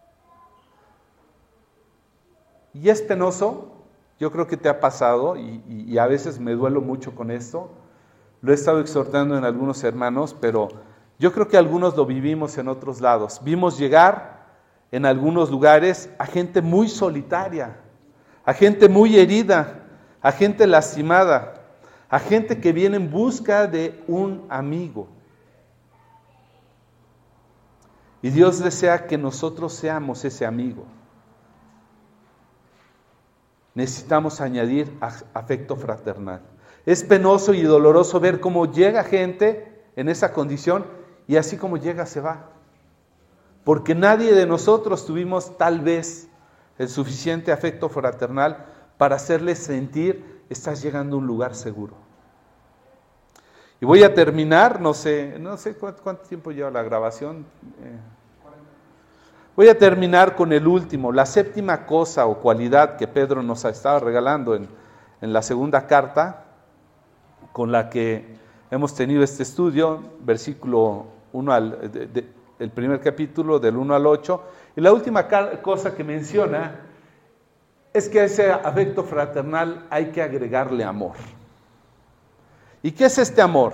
Y es penoso, yo creo que te ha pasado, y, y, y a veces me duelo mucho con esto. Lo he estado exhortando en algunos hermanos, pero yo creo que algunos lo vivimos en otros lados. Vimos llegar en algunos lugares a gente muy solitaria, a gente muy herida, a gente lastimada, a gente que viene en busca de un amigo. Y Dios desea que nosotros seamos ese amigo. Necesitamos añadir afecto fraternal. Es penoso y doloroso ver cómo llega gente en esa condición y así como llega se va. Porque nadie de nosotros tuvimos tal vez el suficiente afecto fraternal para hacerles sentir, estás llegando a un lugar seguro. Y voy a terminar, no sé, no sé cuánto, cuánto tiempo lleva la grabación. Eh, voy a terminar con el último, la séptima cosa o cualidad que Pedro nos estaba regalando en, en la segunda carta, con la que hemos tenido este estudio, versículo uno al... De, de, el primer capítulo del uno al ocho, y la última cosa que menciona es que a ese afecto fraternal hay que agregarle amor. ¿Y qué es este amor?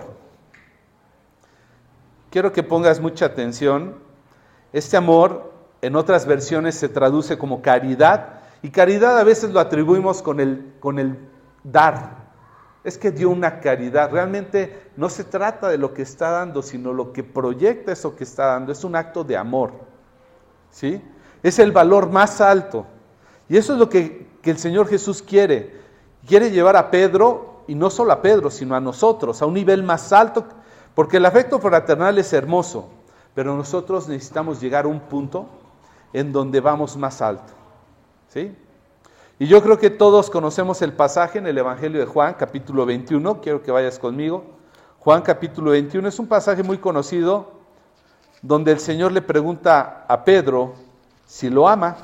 Quiero que pongas mucha atención. Este amor en otras versiones se traduce como caridad, y caridad a veces lo atribuimos con el, con el dar. Es que dio una caridad. Realmente no se trata de lo que está dando, sino lo que proyecta eso que está dando. Es un acto de amor, ¿sí? Es el valor más alto. Y eso es lo que, que el Señor Jesús quiere. Quiere llevar a Pedro, y no solo a Pedro, sino a nosotros, a un nivel más alto, porque el afecto fraternal es hermoso, pero nosotros necesitamos llegar a un punto en donde vamos más alto, ¿sí? Y yo creo que todos conocemos el pasaje en el Evangelio de Juan, capítulo veintiuno, quiero que vayas conmigo. Juan capítulo veintiuno es un pasaje muy conocido, donde el Señor le pregunta a Pedro si lo ama.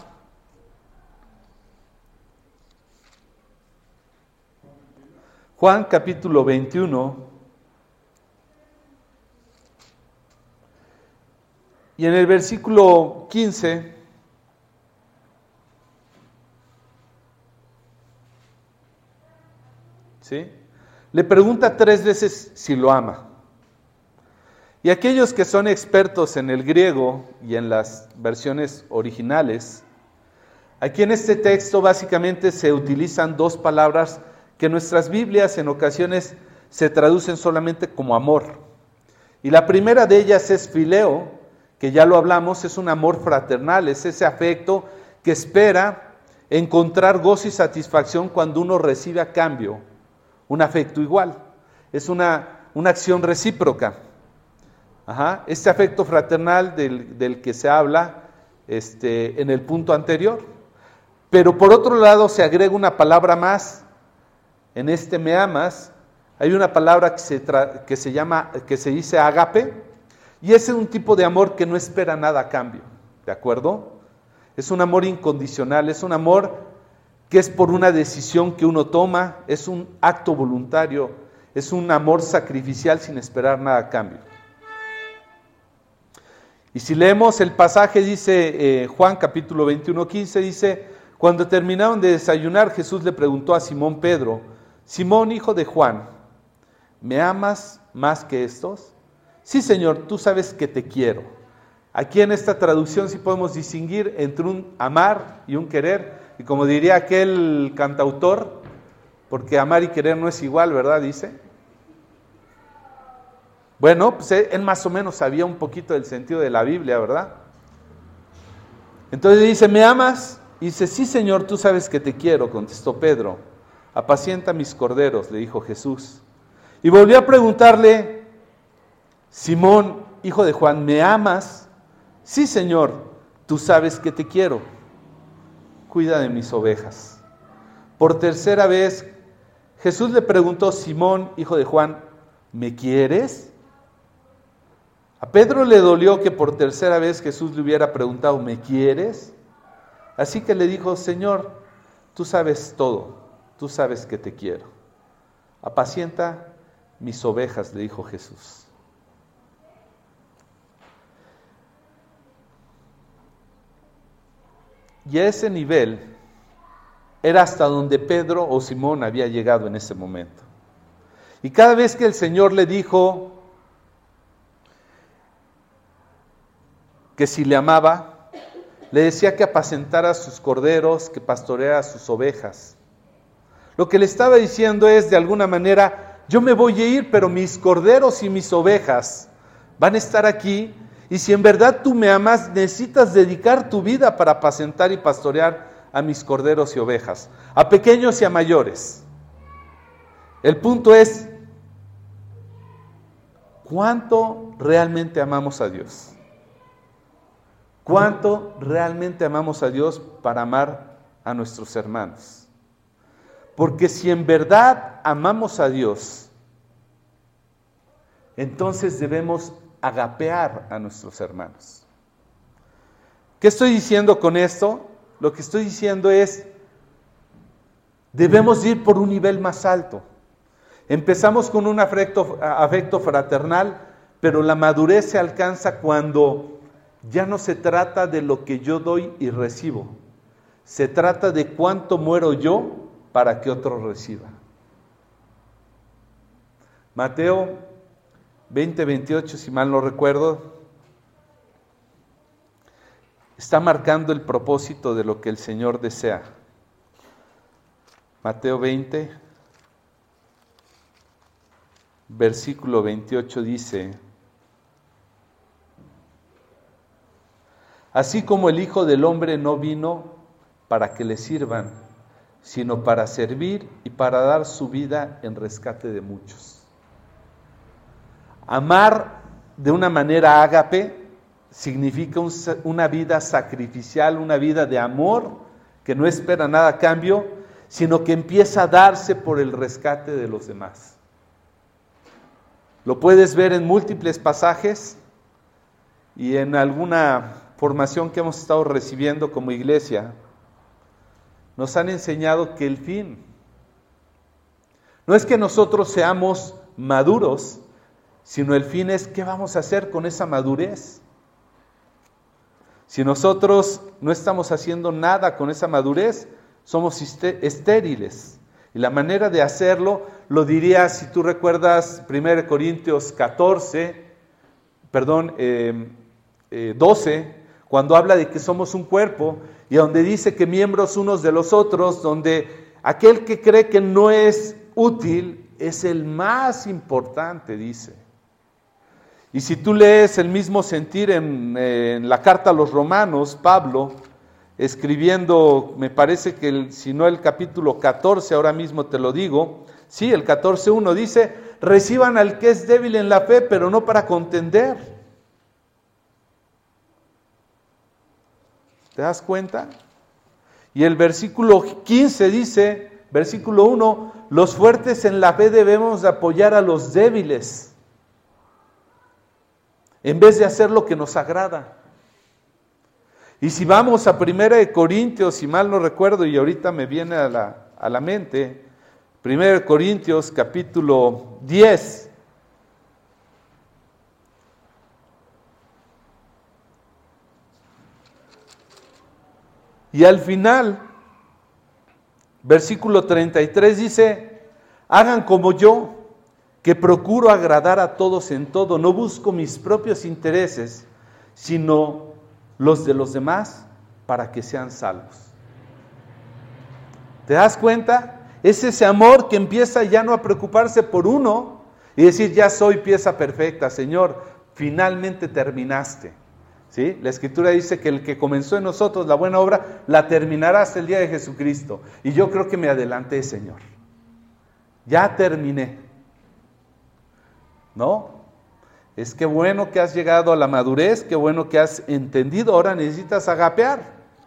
Juan capítulo veintiuno, y en el versículo quince, ¿sí? Le pregunta tres veces si lo ama. Y aquellos que son expertos en el griego y en las versiones originales, Aquí en este texto básicamente se utilizan dos palabras que en nuestras Biblias en ocasiones se traducen solamente como amor. Y la primera de ellas es fileo, que ya lo hablamos, es un amor fraternal, es ese afecto que espera encontrar gozo y satisfacción cuando uno recibe a cambio un afecto igual. Es una, una acción recíproca. Ajá. Este afecto fraternal del, del que se habla este, en el punto anterior. Pero por otro lado se agrega una palabra más. En este me amas hay una palabra que se, tra- que se llama, que se dice ágape, y ese es un tipo de amor que no espera nada a cambio, ¿de acuerdo? Es un amor incondicional, es un amor que es por una decisión que uno toma, es un acto voluntario, es un amor sacrificial sin esperar nada a cambio. Y si leemos el pasaje, dice eh, Juan capítulo veintiuno, quince, dice: cuando terminaron de desayunar, Jesús le preguntó a Simón Pedro: Simón, hijo de Juan, ¿me amas más que estos? Sí, Señor, tú sabes que te quiero. Aquí en esta traducción sí podemos distinguir entre un amar y un querer. Y como diría aquel cantautor, porque amar y querer no es igual, ¿verdad? Dice. Bueno, pues él más o menos sabía un poquito del sentido de la Biblia, ¿verdad? Entonces dice: ¿me amas? Y dice: sí, Señor, tú sabes que te quiero, contestó Pedro. Apacienta mis corderos, le dijo Jesús. Y volvió a preguntarle: Simón, hijo de Juan, ¿me amas? Sí, Señor, tú sabes que te quiero. Cuida de mis ovejas. Por tercera vez, Jesús le preguntó: Simón, hijo de Juan, ¿me quieres? A Pedro le dolió que por tercera vez Jesús le hubiera preguntado: ¿me quieres? Así que le dijo: Señor, tú sabes todo, tú sabes que te quiero. Apacienta mis ovejas, le dijo Jesús. Y a ese nivel era hasta donde Pedro o Simón había llegado en ese momento. Y cada vez que el Señor le dijo que si le amaba, le decía que apacentara sus corderos, que pastoreara sus ovejas. Lo que le estaba diciendo es, de alguna manera: yo me voy a ir, pero mis corderos y mis ovejas van a estar aquí, y si en verdad tú me amas, necesitas dedicar tu vida para apacentar y pastorear a mis corderos y ovejas, a pequeños y a mayores. El punto es, ¿cuánto realmente amamos a Dios? ¿Cuánto realmente amamos a Dios para amar a nuestros hermanos? Porque si en verdad amamos a Dios, entonces debemos agapear a nuestros hermanos. ¿Qué estoy diciendo con esto? Lo que estoy diciendo es, debemos ir por un nivel más alto. Empezamos con un afecto, afecto fraternal, pero la madurez se alcanza cuando ya no se trata de lo que yo doy y recibo. Se trata de cuánto muero yo para que otro reciba. Mateo veinte, veintiocho, si mal no recuerdo, está marcando el propósito de lo que el Señor desea. Mateo veinte, versículo veintiocho dice: así como el Hijo del Hombre no vino para que le sirvan, sino para servir y para dar su vida en rescate de muchos. Amar de una manera ágape significa un, una vida sacrificial, una vida de amor que no espera nada a cambio, sino que empieza a darse por el rescate de los demás. Lo puedes ver en múltiples pasajes y en alguna formación que hemos estado recibiendo como iglesia. Nos han enseñado que el fin no es que nosotros seamos maduros, sino el fin es qué vamos a hacer con esa madurez. Si nosotros no estamos haciendo nada con esa madurez, somos estériles. Y la manera de hacerlo, lo diría, si tú recuerdas, primera Corintios catorce, perdón, eh, eh, doce, cuando habla de que somos un cuerpo, y donde dice que miembros unos de los otros, donde aquel que cree que no es útil es el más importante, dice. Y si tú lees el mismo sentir en, en la carta a los Romanos, Pablo, escribiendo, me parece que el, si no el capítulo catorce, ahora mismo te lo digo, sí, el catorce uno dice, reciban al que es débil en la fe, pero no para contender. ¿Te das cuenta? Y el versículo quince dice, versículo uno, los fuertes en la fe debemos apoyar a los débiles, en vez de hacer lo que nos agrada. Y si vamos a Primera de Corintios, si mal no recuerdo, y ahorita me viene a la, a la mente, Primera de Corintios capítulo diez, y al final, versículo treinta y tres dice, hagan como yo, que procuro agradar a todos en todo, no busco mis propios intereses, sino los de los demás, para que sean salvos. ¿Te das cuenta? Es ese amor que empieza ya no a preocuparse por uno, y decir, ya soy pieza perfecta, Señor, finalmente terminaste. ¿Sí? La Escritura dice que el que comenzó en nosotros la buena obra, la terminará hasta el día de Jesucristo. Y yo creo que me adelanté, Señor. Ya terminé. ¿No? Es que bueno que has llegado a la madurez, qué bueno que has entendido, ahora necesitas agapear.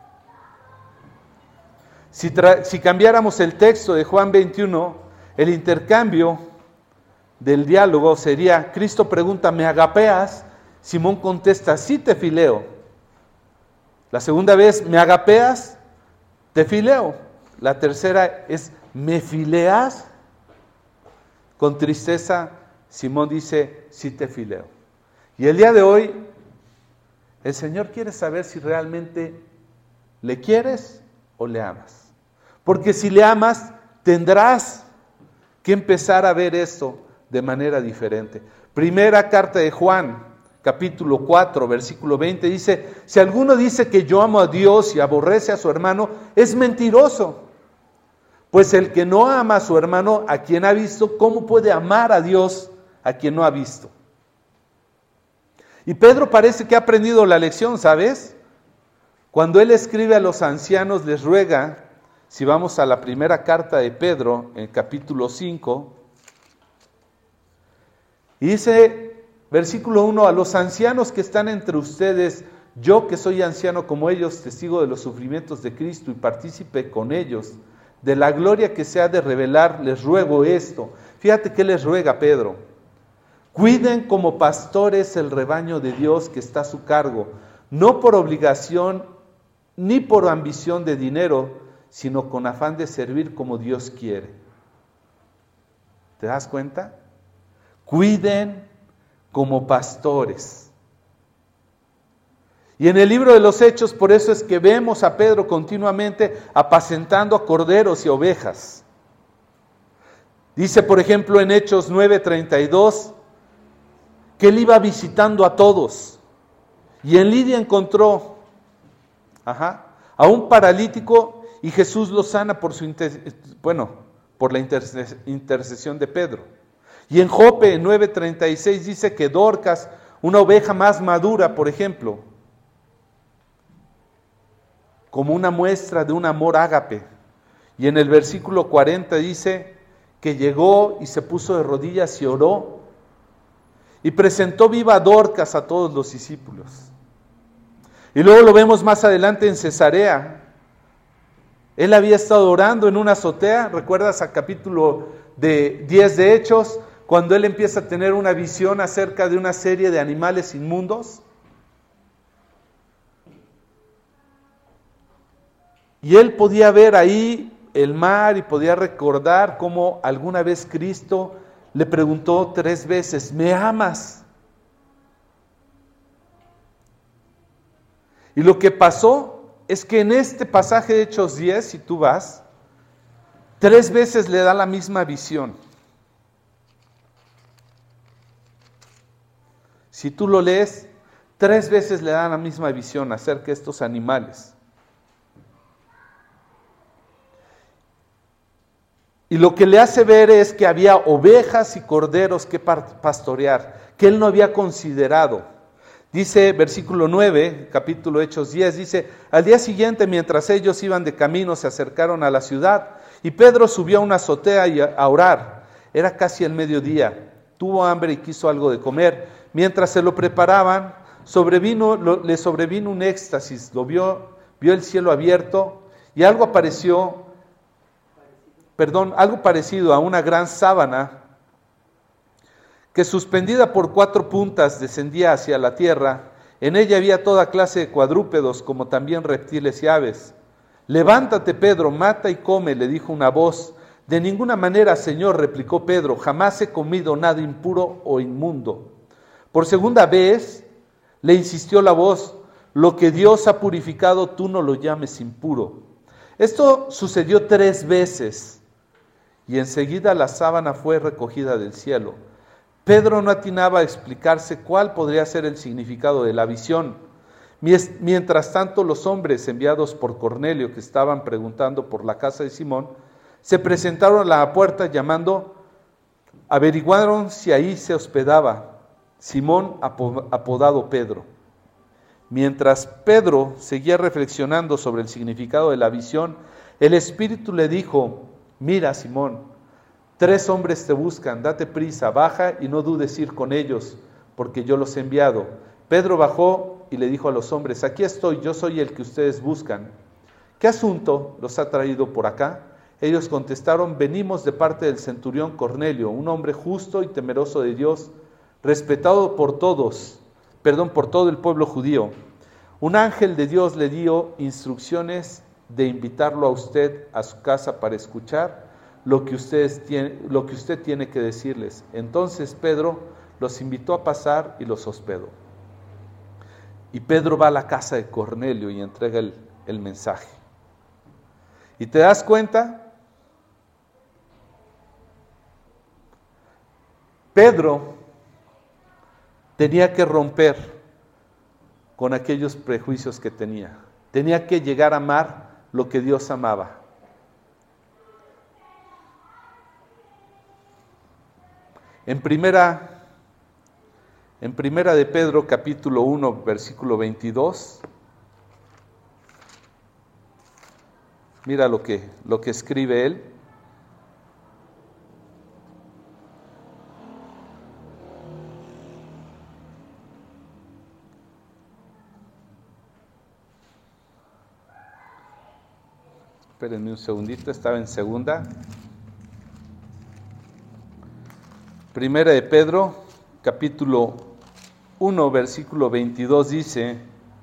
Si, tra- si cambiáramos el texto de Juan veintiuno, el intercambio del diálogo sería, Cristo pregunta, ¿me agapeas? Simón contesta, sí te fileo. La segunda vez, ¿me agapeas? Te fileo. La tercera es, ¿me fileas? Con tristeza, Simón dice, sí te fileo. Y el día de hoy, el Señor quiere saber si realmente le quieres o le amas. Porque si le amas, tendrás que empezar a ver esto de manera diferente. Primera carta de Juan, capítulo cuatro, versículo veinte, dice, si alguno dice que yo amo a Dios y aborrece a su hermano, es mentiroso. Pues el que no ama a su hermano, a quien ha visto, ¿cómo puede amar a Dios a quien no ha visto? Y Pedro parece que ha aprendido la lección, ¿sabes? Cuando él escribe a los ancianos, les ruega, si vamos a la primera carta de Pedro, en capítulo cinco, y dice, versículo uno, a los ancianos que están entre ustedes, yo que soy anciano como ellos, testigo de los sufrimientos de Cristo y partícipe con ellos, de la gloria que se ha de revelar, les ruego esto. Fíjate qué les ruega Pedro. Cuiden como pastores el rebaño de Dios que está a su cargo, no por obligación ni por ambición de dinero, sino con afán de servir como Dios quiere. ¿Te das cuenta? Cuiden como pastores. Y en el libro de los Hechos, por eso es que vemos a Pedro continuamente apacentando a corderos y ovejas. Dice, por ejemplo, en Hechos nueve treinta y dos, que él iba visitando a todos. Y en Lidia encontró ajá, a un paralítico y Jesús lo sana por su inter, bueno, por la interces, intercesión de Pedro. Y en Jope nueve treinta y seis dice que Dorcas, una oveja más madura, por ejemplo, como una muestra de un amor ágape. Y en el versículo cuarenta dice que llegó y se puso de rodillas y oró y presentó viva a Dorcas a todos los discípulos. Y luego lo vemos más adelante en Cesarea. Él había estado orando en una azotea, ¿recuerdas al capítulo de diez de Hechos? Cuando él empieza a tener una visión acerca de una serie de animales inmundos. Y él podía ver ahí el mar y podía recordar cómo alguna vez Cristo le preguntó tres veces, ¿me amas? Y lo que pasó es que en este pasaje de Hechos diez, si tú vas, tres veces le da la misma visión. Si tú lo lees, Tres veces le dan la misma visión acerca de estos animales. Y lo que le hace ver es que había ovejas y corderos que pastorear, que él no había considerado. Dice, versículo nueve, capítulo Hechos diez, dice, al día siguiente, mientras ellos iban de camino, se acercaron a la ciudad, y Pedro subió a una azotea a orar. Era casi el mediodía. Tuvo hambre y quiso algo de comer. Mientras se lo preparaban, sobrevino, lo, le sobrevino un éxtasis. Lo vio, vio el cielo abierto, y algo apareció, perdón, algo parecido a una gran sábana, que suspendida por cuatro puntas descendía hacia la tierra. En ella había toda clase de cuadrúpedos, como también reptiles y aves. Levántate, Pedro, mata y come, le dijo una voz. De ninguna manera, Señor, replicó Pedro, jamás he comido nada impuro o inmundo. Por segunda vez le insistió la voz, lo que Dios ha purificado, tú no lo llames impuro. Esto sucedió tres veces, y enseguida la sábana fue recogida del cielo. Pedro no atinaba a explicarse cuál podría ser el significado de la visión. Mientras tanto, los hombres enviados por Cornelio, que estaban preguntando por la casa de Simón, se presentaron a la puerta llamando, averiguaron si ahí se hospedaba Simón, apodado Pedro. Mientras Pedro seguía reflexionando sobre el significado de la visión, el Espíritu le dijo, mira, Simón, tres hombres te buscan, date prisa, baja y no dudes ir con ellos, porque yo los he enviado. Pedro bajó y le dijo a los hombres, aquí estoy, yo soy el que ustedes buscan. ¿Qué asunto los ha traído por acá? Ellos contestaron, venimos de parte del centurión Cornelio, un hombre justo y temeroso de Dios, respetado por todos, perdón, por todo el pueblo judío. Un ángel de Dios le dio instrucciones de invitarlo a usted a su casa para escuchar lo que, ustedes tiene, lo que usted tiene que decirles. Entonces Pedro los invitó a pasar y los hospedó. Y Pedro va a la casa de Cornelio y entrega el, el mensaje. ¿Y te das cuenta? Pedro tenía que romper con aquellos prejuicios que tenía. Tenía que llegar a amar lo que Dios amaba. En primera, en primera de Pedro, capítulo uno, versículo veintidós, mira lo que, lo que escribe él. Espérenme un segundito, estaba en segunda. Primera de Pedro, capítulo uno, versículo veintidós dice,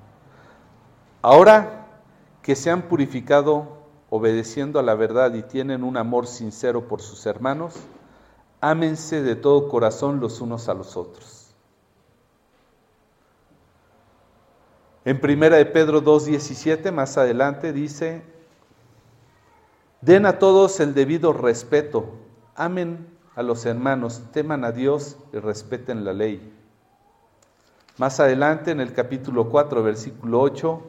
ahora que se han purificado obedeciendo a la verdad y tienen un amor sincero por sus hermanos, ámense de todo corazón los unos a los otros. En Primera de Pedro dos diecisiete, más adelante, dice, den a todos el debido respeto, amen a los hermanos, teman a Dios y respeten la ley. Más adelante, en el capítulo cuatro, versículo ocho,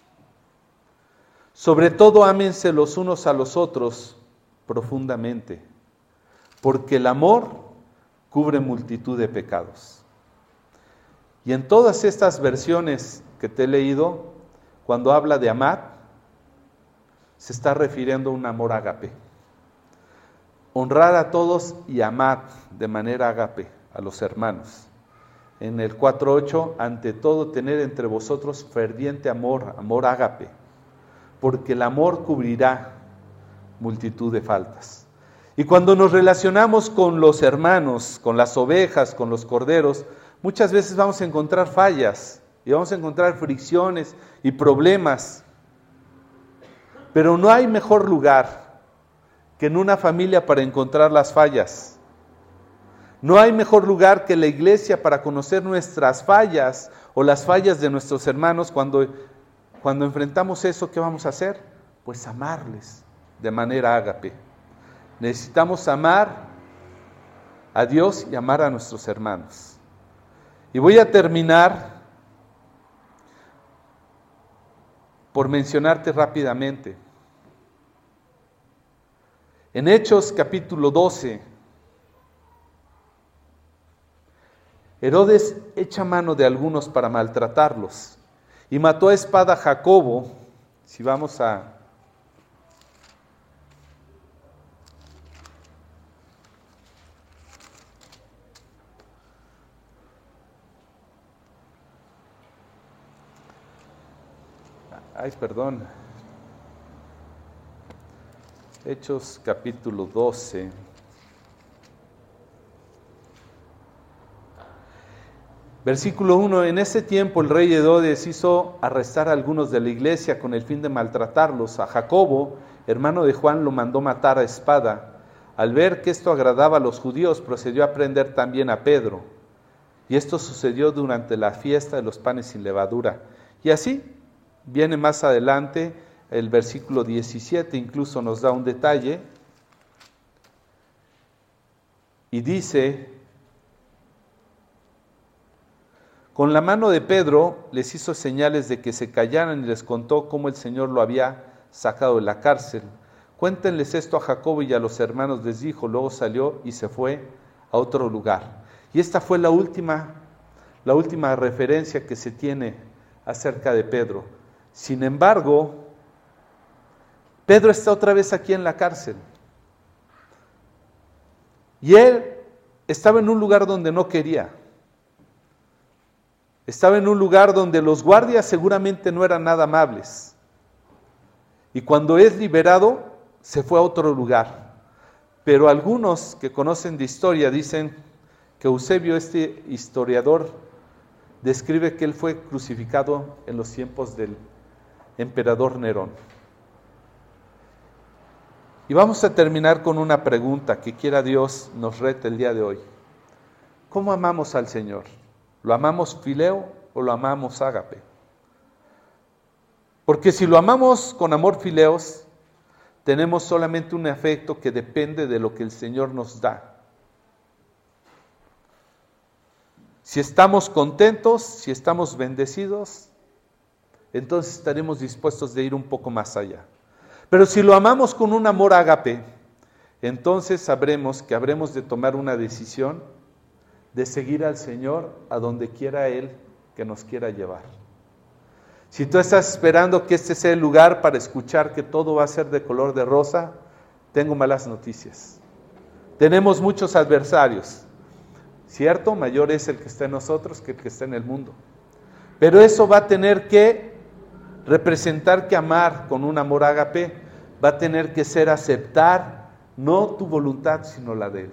sobre todo ámense los unos a los otros profundamente, porque el amor cubre multitud de pecados. Y en todas estas versiones que te he leído, cuando habla de amar, se está refiriendo a un amor ágape. Honrar a todos y amar de manera ágape a los hermanos. En el cuatro ocho, ante todo tener entre vosotros ferviente amor, amor ágape, porque el amor cubrirá multitud de faltas. Y cuando nos relacionamos con los hermanos, con las ovejas, con los corderos, muchas veces vamos a encontrar fallas y vamos a encontrar fricciones y problemas. Pero no hay mejor lugar que en una familia para encontrar las fallas. No hay mejor lugar que la iglesia para conocer nuestras fallas o las fallas de nuestros hermanos. Cuando, cuando enfrentamos eso, ¿qué vamos a hacer? Pues amarles de manera ágape. Necesitamos amar a Dios y amar a nuestros hermanos. Y voy a terminar por mencionarte rápidamente. En Hechos capítulo doce, Herodes echa mano de algunos para maltratarlos y mató a espada a Jacobo. Si vamos a Ay, perdón. Hechos capítulo doce. Versículo uno. En ese tiempo el rey Herodes hizo arrestar a algunos de la iglesia con el fin de maltratarlos. A Jacobo, hermano de Juan, lo mandó matar a espada. Al ver que esto agradaba a los judíos, procedió a prender también a Pedro. Y esto sucedió durante la fiesta de los panes sin levadura. Y así viene más adelante el versículo diecisiete, incluso nos da un detalle, y dice: con la mano de Pedro les hizo señales de que se callaran y les contó cómo el Señor lo había sacado de la cárcel. Cuéntenles esto a Jacobo y a los hermanos, les dijo. Luego salió y se fue a otro lugar. Y esta fue la última, la última referencia que se tiene acerca de Pedro. Sin embargo, Pedro está otra vez aquí en la cárcel. Y él estaba en un lugar donde no quería. Estaba en un lugar donde los guardias seguramente no eran nada amables. Y cuando es liberado, se fue a otro lugar. Pero algunos que conocen de historia dicen que Eusebio, este historiador, describe que él fue crucificado en los tiempos del emperador Nerón. Y vamos a terminar con una pregunta que quiera Dios nos rete el día de hoy. ¿Cómo amamos al Señor? ¿Lo amamos fileo o lo amamos ágape? Porque si lo amamos con amor fileos, tenemos solamente un afecto que depende de lo que el Señor nos da. Si estamos contentos, si estamos bendecidos, entonces estaremos dispuestos de ir un poco más allá. Pero si lo amamos con un amor ágape, entonces sabremos que habremos de tomar una decisión de seguir al Señor a donde quiera Él que nos quiera llevar. Si tú estás esperando que este sea el lugar para escuchar que todo va a ser de color de rosa, tengo malas noticias. Tenemos muchos adversarios. Cierto, mayor es el que está en nosotros que el que está en el mundo. Pero eso va a tener que representar que amar con un amor ágape va a tener que ser aceptar no tu voluntad, sino la de Él.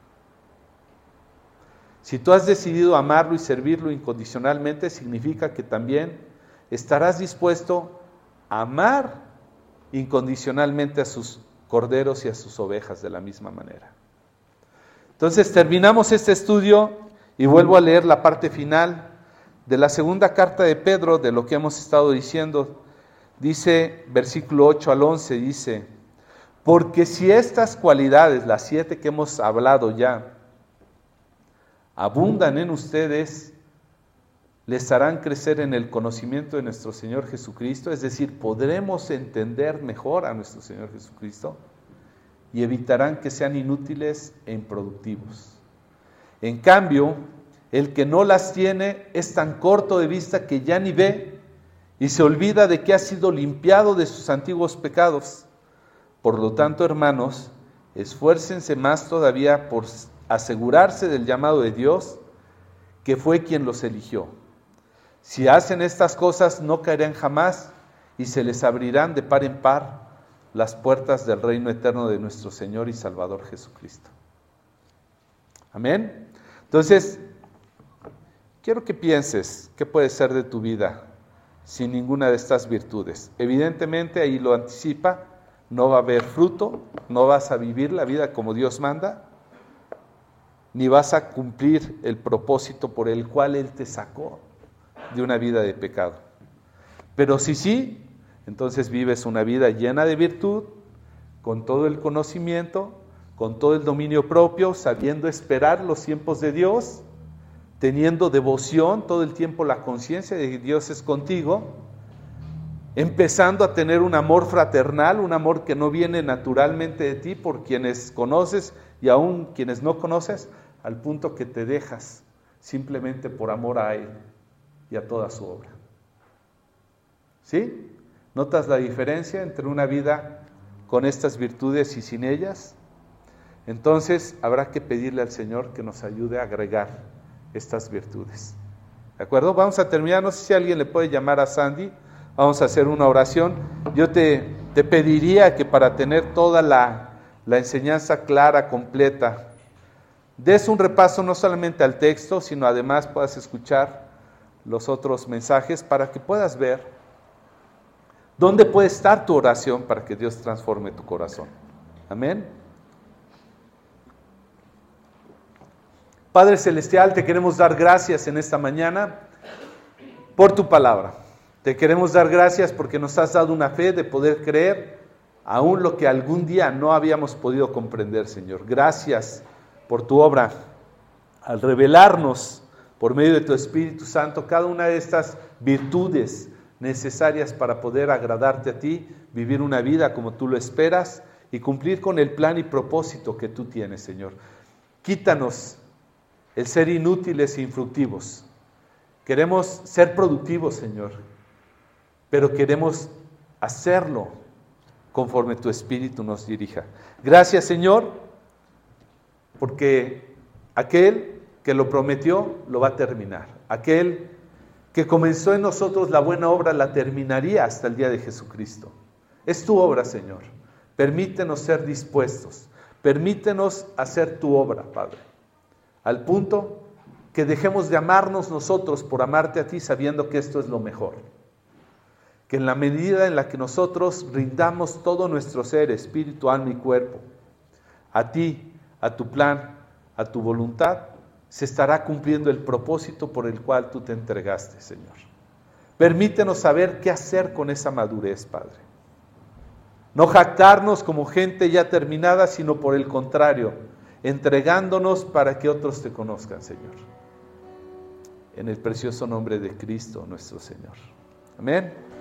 Si tú has decidido amarlo y servirlo incondicionalmente, significa que también estarás dispuesto a amar incondicionalmente a sus corderos y a sus ovejas de la misma manera. Entonces terminamos este estudio y vuelvo a leer la parte final de la segunda carta de Pedro, de lo que hemos estado diciendo. Dice, versículo ocho al once, dice: porque si estas cualidades, las siete que hemos hablado ya, abundan en ustedes, les harán crecer en el conocimiento de nuestro Señor Jesucristo, es decir, podremos entender mejor a nuestro Señor Jesucristo, y evitarán que sean inútiles e improductivos. En cambio, el que no las tiene es tan corto de vista que ya ni ve y se olvida de que ha sido limpiado de sus antiguos pecados. Por lo tanto, hermanos, esfuércense más todavía por asegurarse del llamado de Dios, que fue quien los eligió. Si hacen estas cosas, no caerán jamás y se les abrirán de par en par las puertas del reino eterno de nuestro Señor y Salvador Jesucristo. Amén. Entonces, quiero que pienses qué puede ser de tu vida sin ninguna de estas virtudes. Evidentemente, ahí lo anticipa, no va a haber fruto, no vas a vivir la vida como Dios manda, ni vas a cumplir el propósito por el cual Él te sacó de una vida de pecado. Pero si sí, entonces vives una vida llena de virtud, con todo el conocimiento, con todo el dominio propio, sabiendo esperar los tiempos de Dios, teniendo devoción, todo el tiempo la conciencia de que Dios es contigo, empezando a tener un amor fraternal, un amor que no viene naturalmente de ti por quienes conoces y aún quienes no conoces, al punto que te dejas simplemente por amor a Él y a toda su obra. ¿Sí? ¿Notas la diferencia entre una vida con estas virtudes y sin ellas? Entonces habrá que pedirle al Señor que nos ayude a agregar estas virtudes. ¿De acuerdo? Vamos a terminar. No sé si alguien le puede llamar a Sandy. Vamos a hacer una oración. Yo te, te pediría que para tener toda la, la enseñanza clara, completa, des un repaso no solamente al texto, sino además puedas escuchar los otros mensajes para que puedas ver dónde puede estar tu oración para que Dios transforme tu corazón. Amén. Padre Celestial, te queremos dar gracias en esta mañana por tu palabra. Te queremos dar gracias porque nos has dado una fe de poder creer aún lo que algún día no habíamos podido comprender, Señor. Gracias por tu obra al revelarnos por medio de tu Espíritu Santo cada una de estas virtudes necesarias para poder agradarte a ti, vivir una vida como tú lo esperas y cumplir con el plan y propósito que tú tienes, Señor. Quítanos el ser inútiles e infructivos. Queremos ser productivos, Señor, pero queremos hacerlo conforme tu Espíritu nos dirija. Gracias, Señor, porque aquel que lo prometió lo va a terminar. Aquel que comenzó en nosotros la buena obra la terminaría hasta el día de Jesucristo. Es tu obra, Señor. Permítenos ser dispuestos. Permítenos hacer tu obra, Padre. Al punto que dejemos de amarnos nosotros por amarte a ti sabiendo que esto es lo mejor. Que en la medida en la que nosotros rindamos todo nuestro ser, espíritu, alma y cuerpo, a ti, a tu plan, a tu voluntad, se estará cumpliendo el propósito por el cual tú te entregaste, Señor. Permítenos saber qué hacer con esa madurez, Padre. No jactarnos como gente ya terminada, sino por el contrario, entregándonos para que otros te conozcan, Señor. En el precioso nombre de Cristo, nuestro Señor. Amén.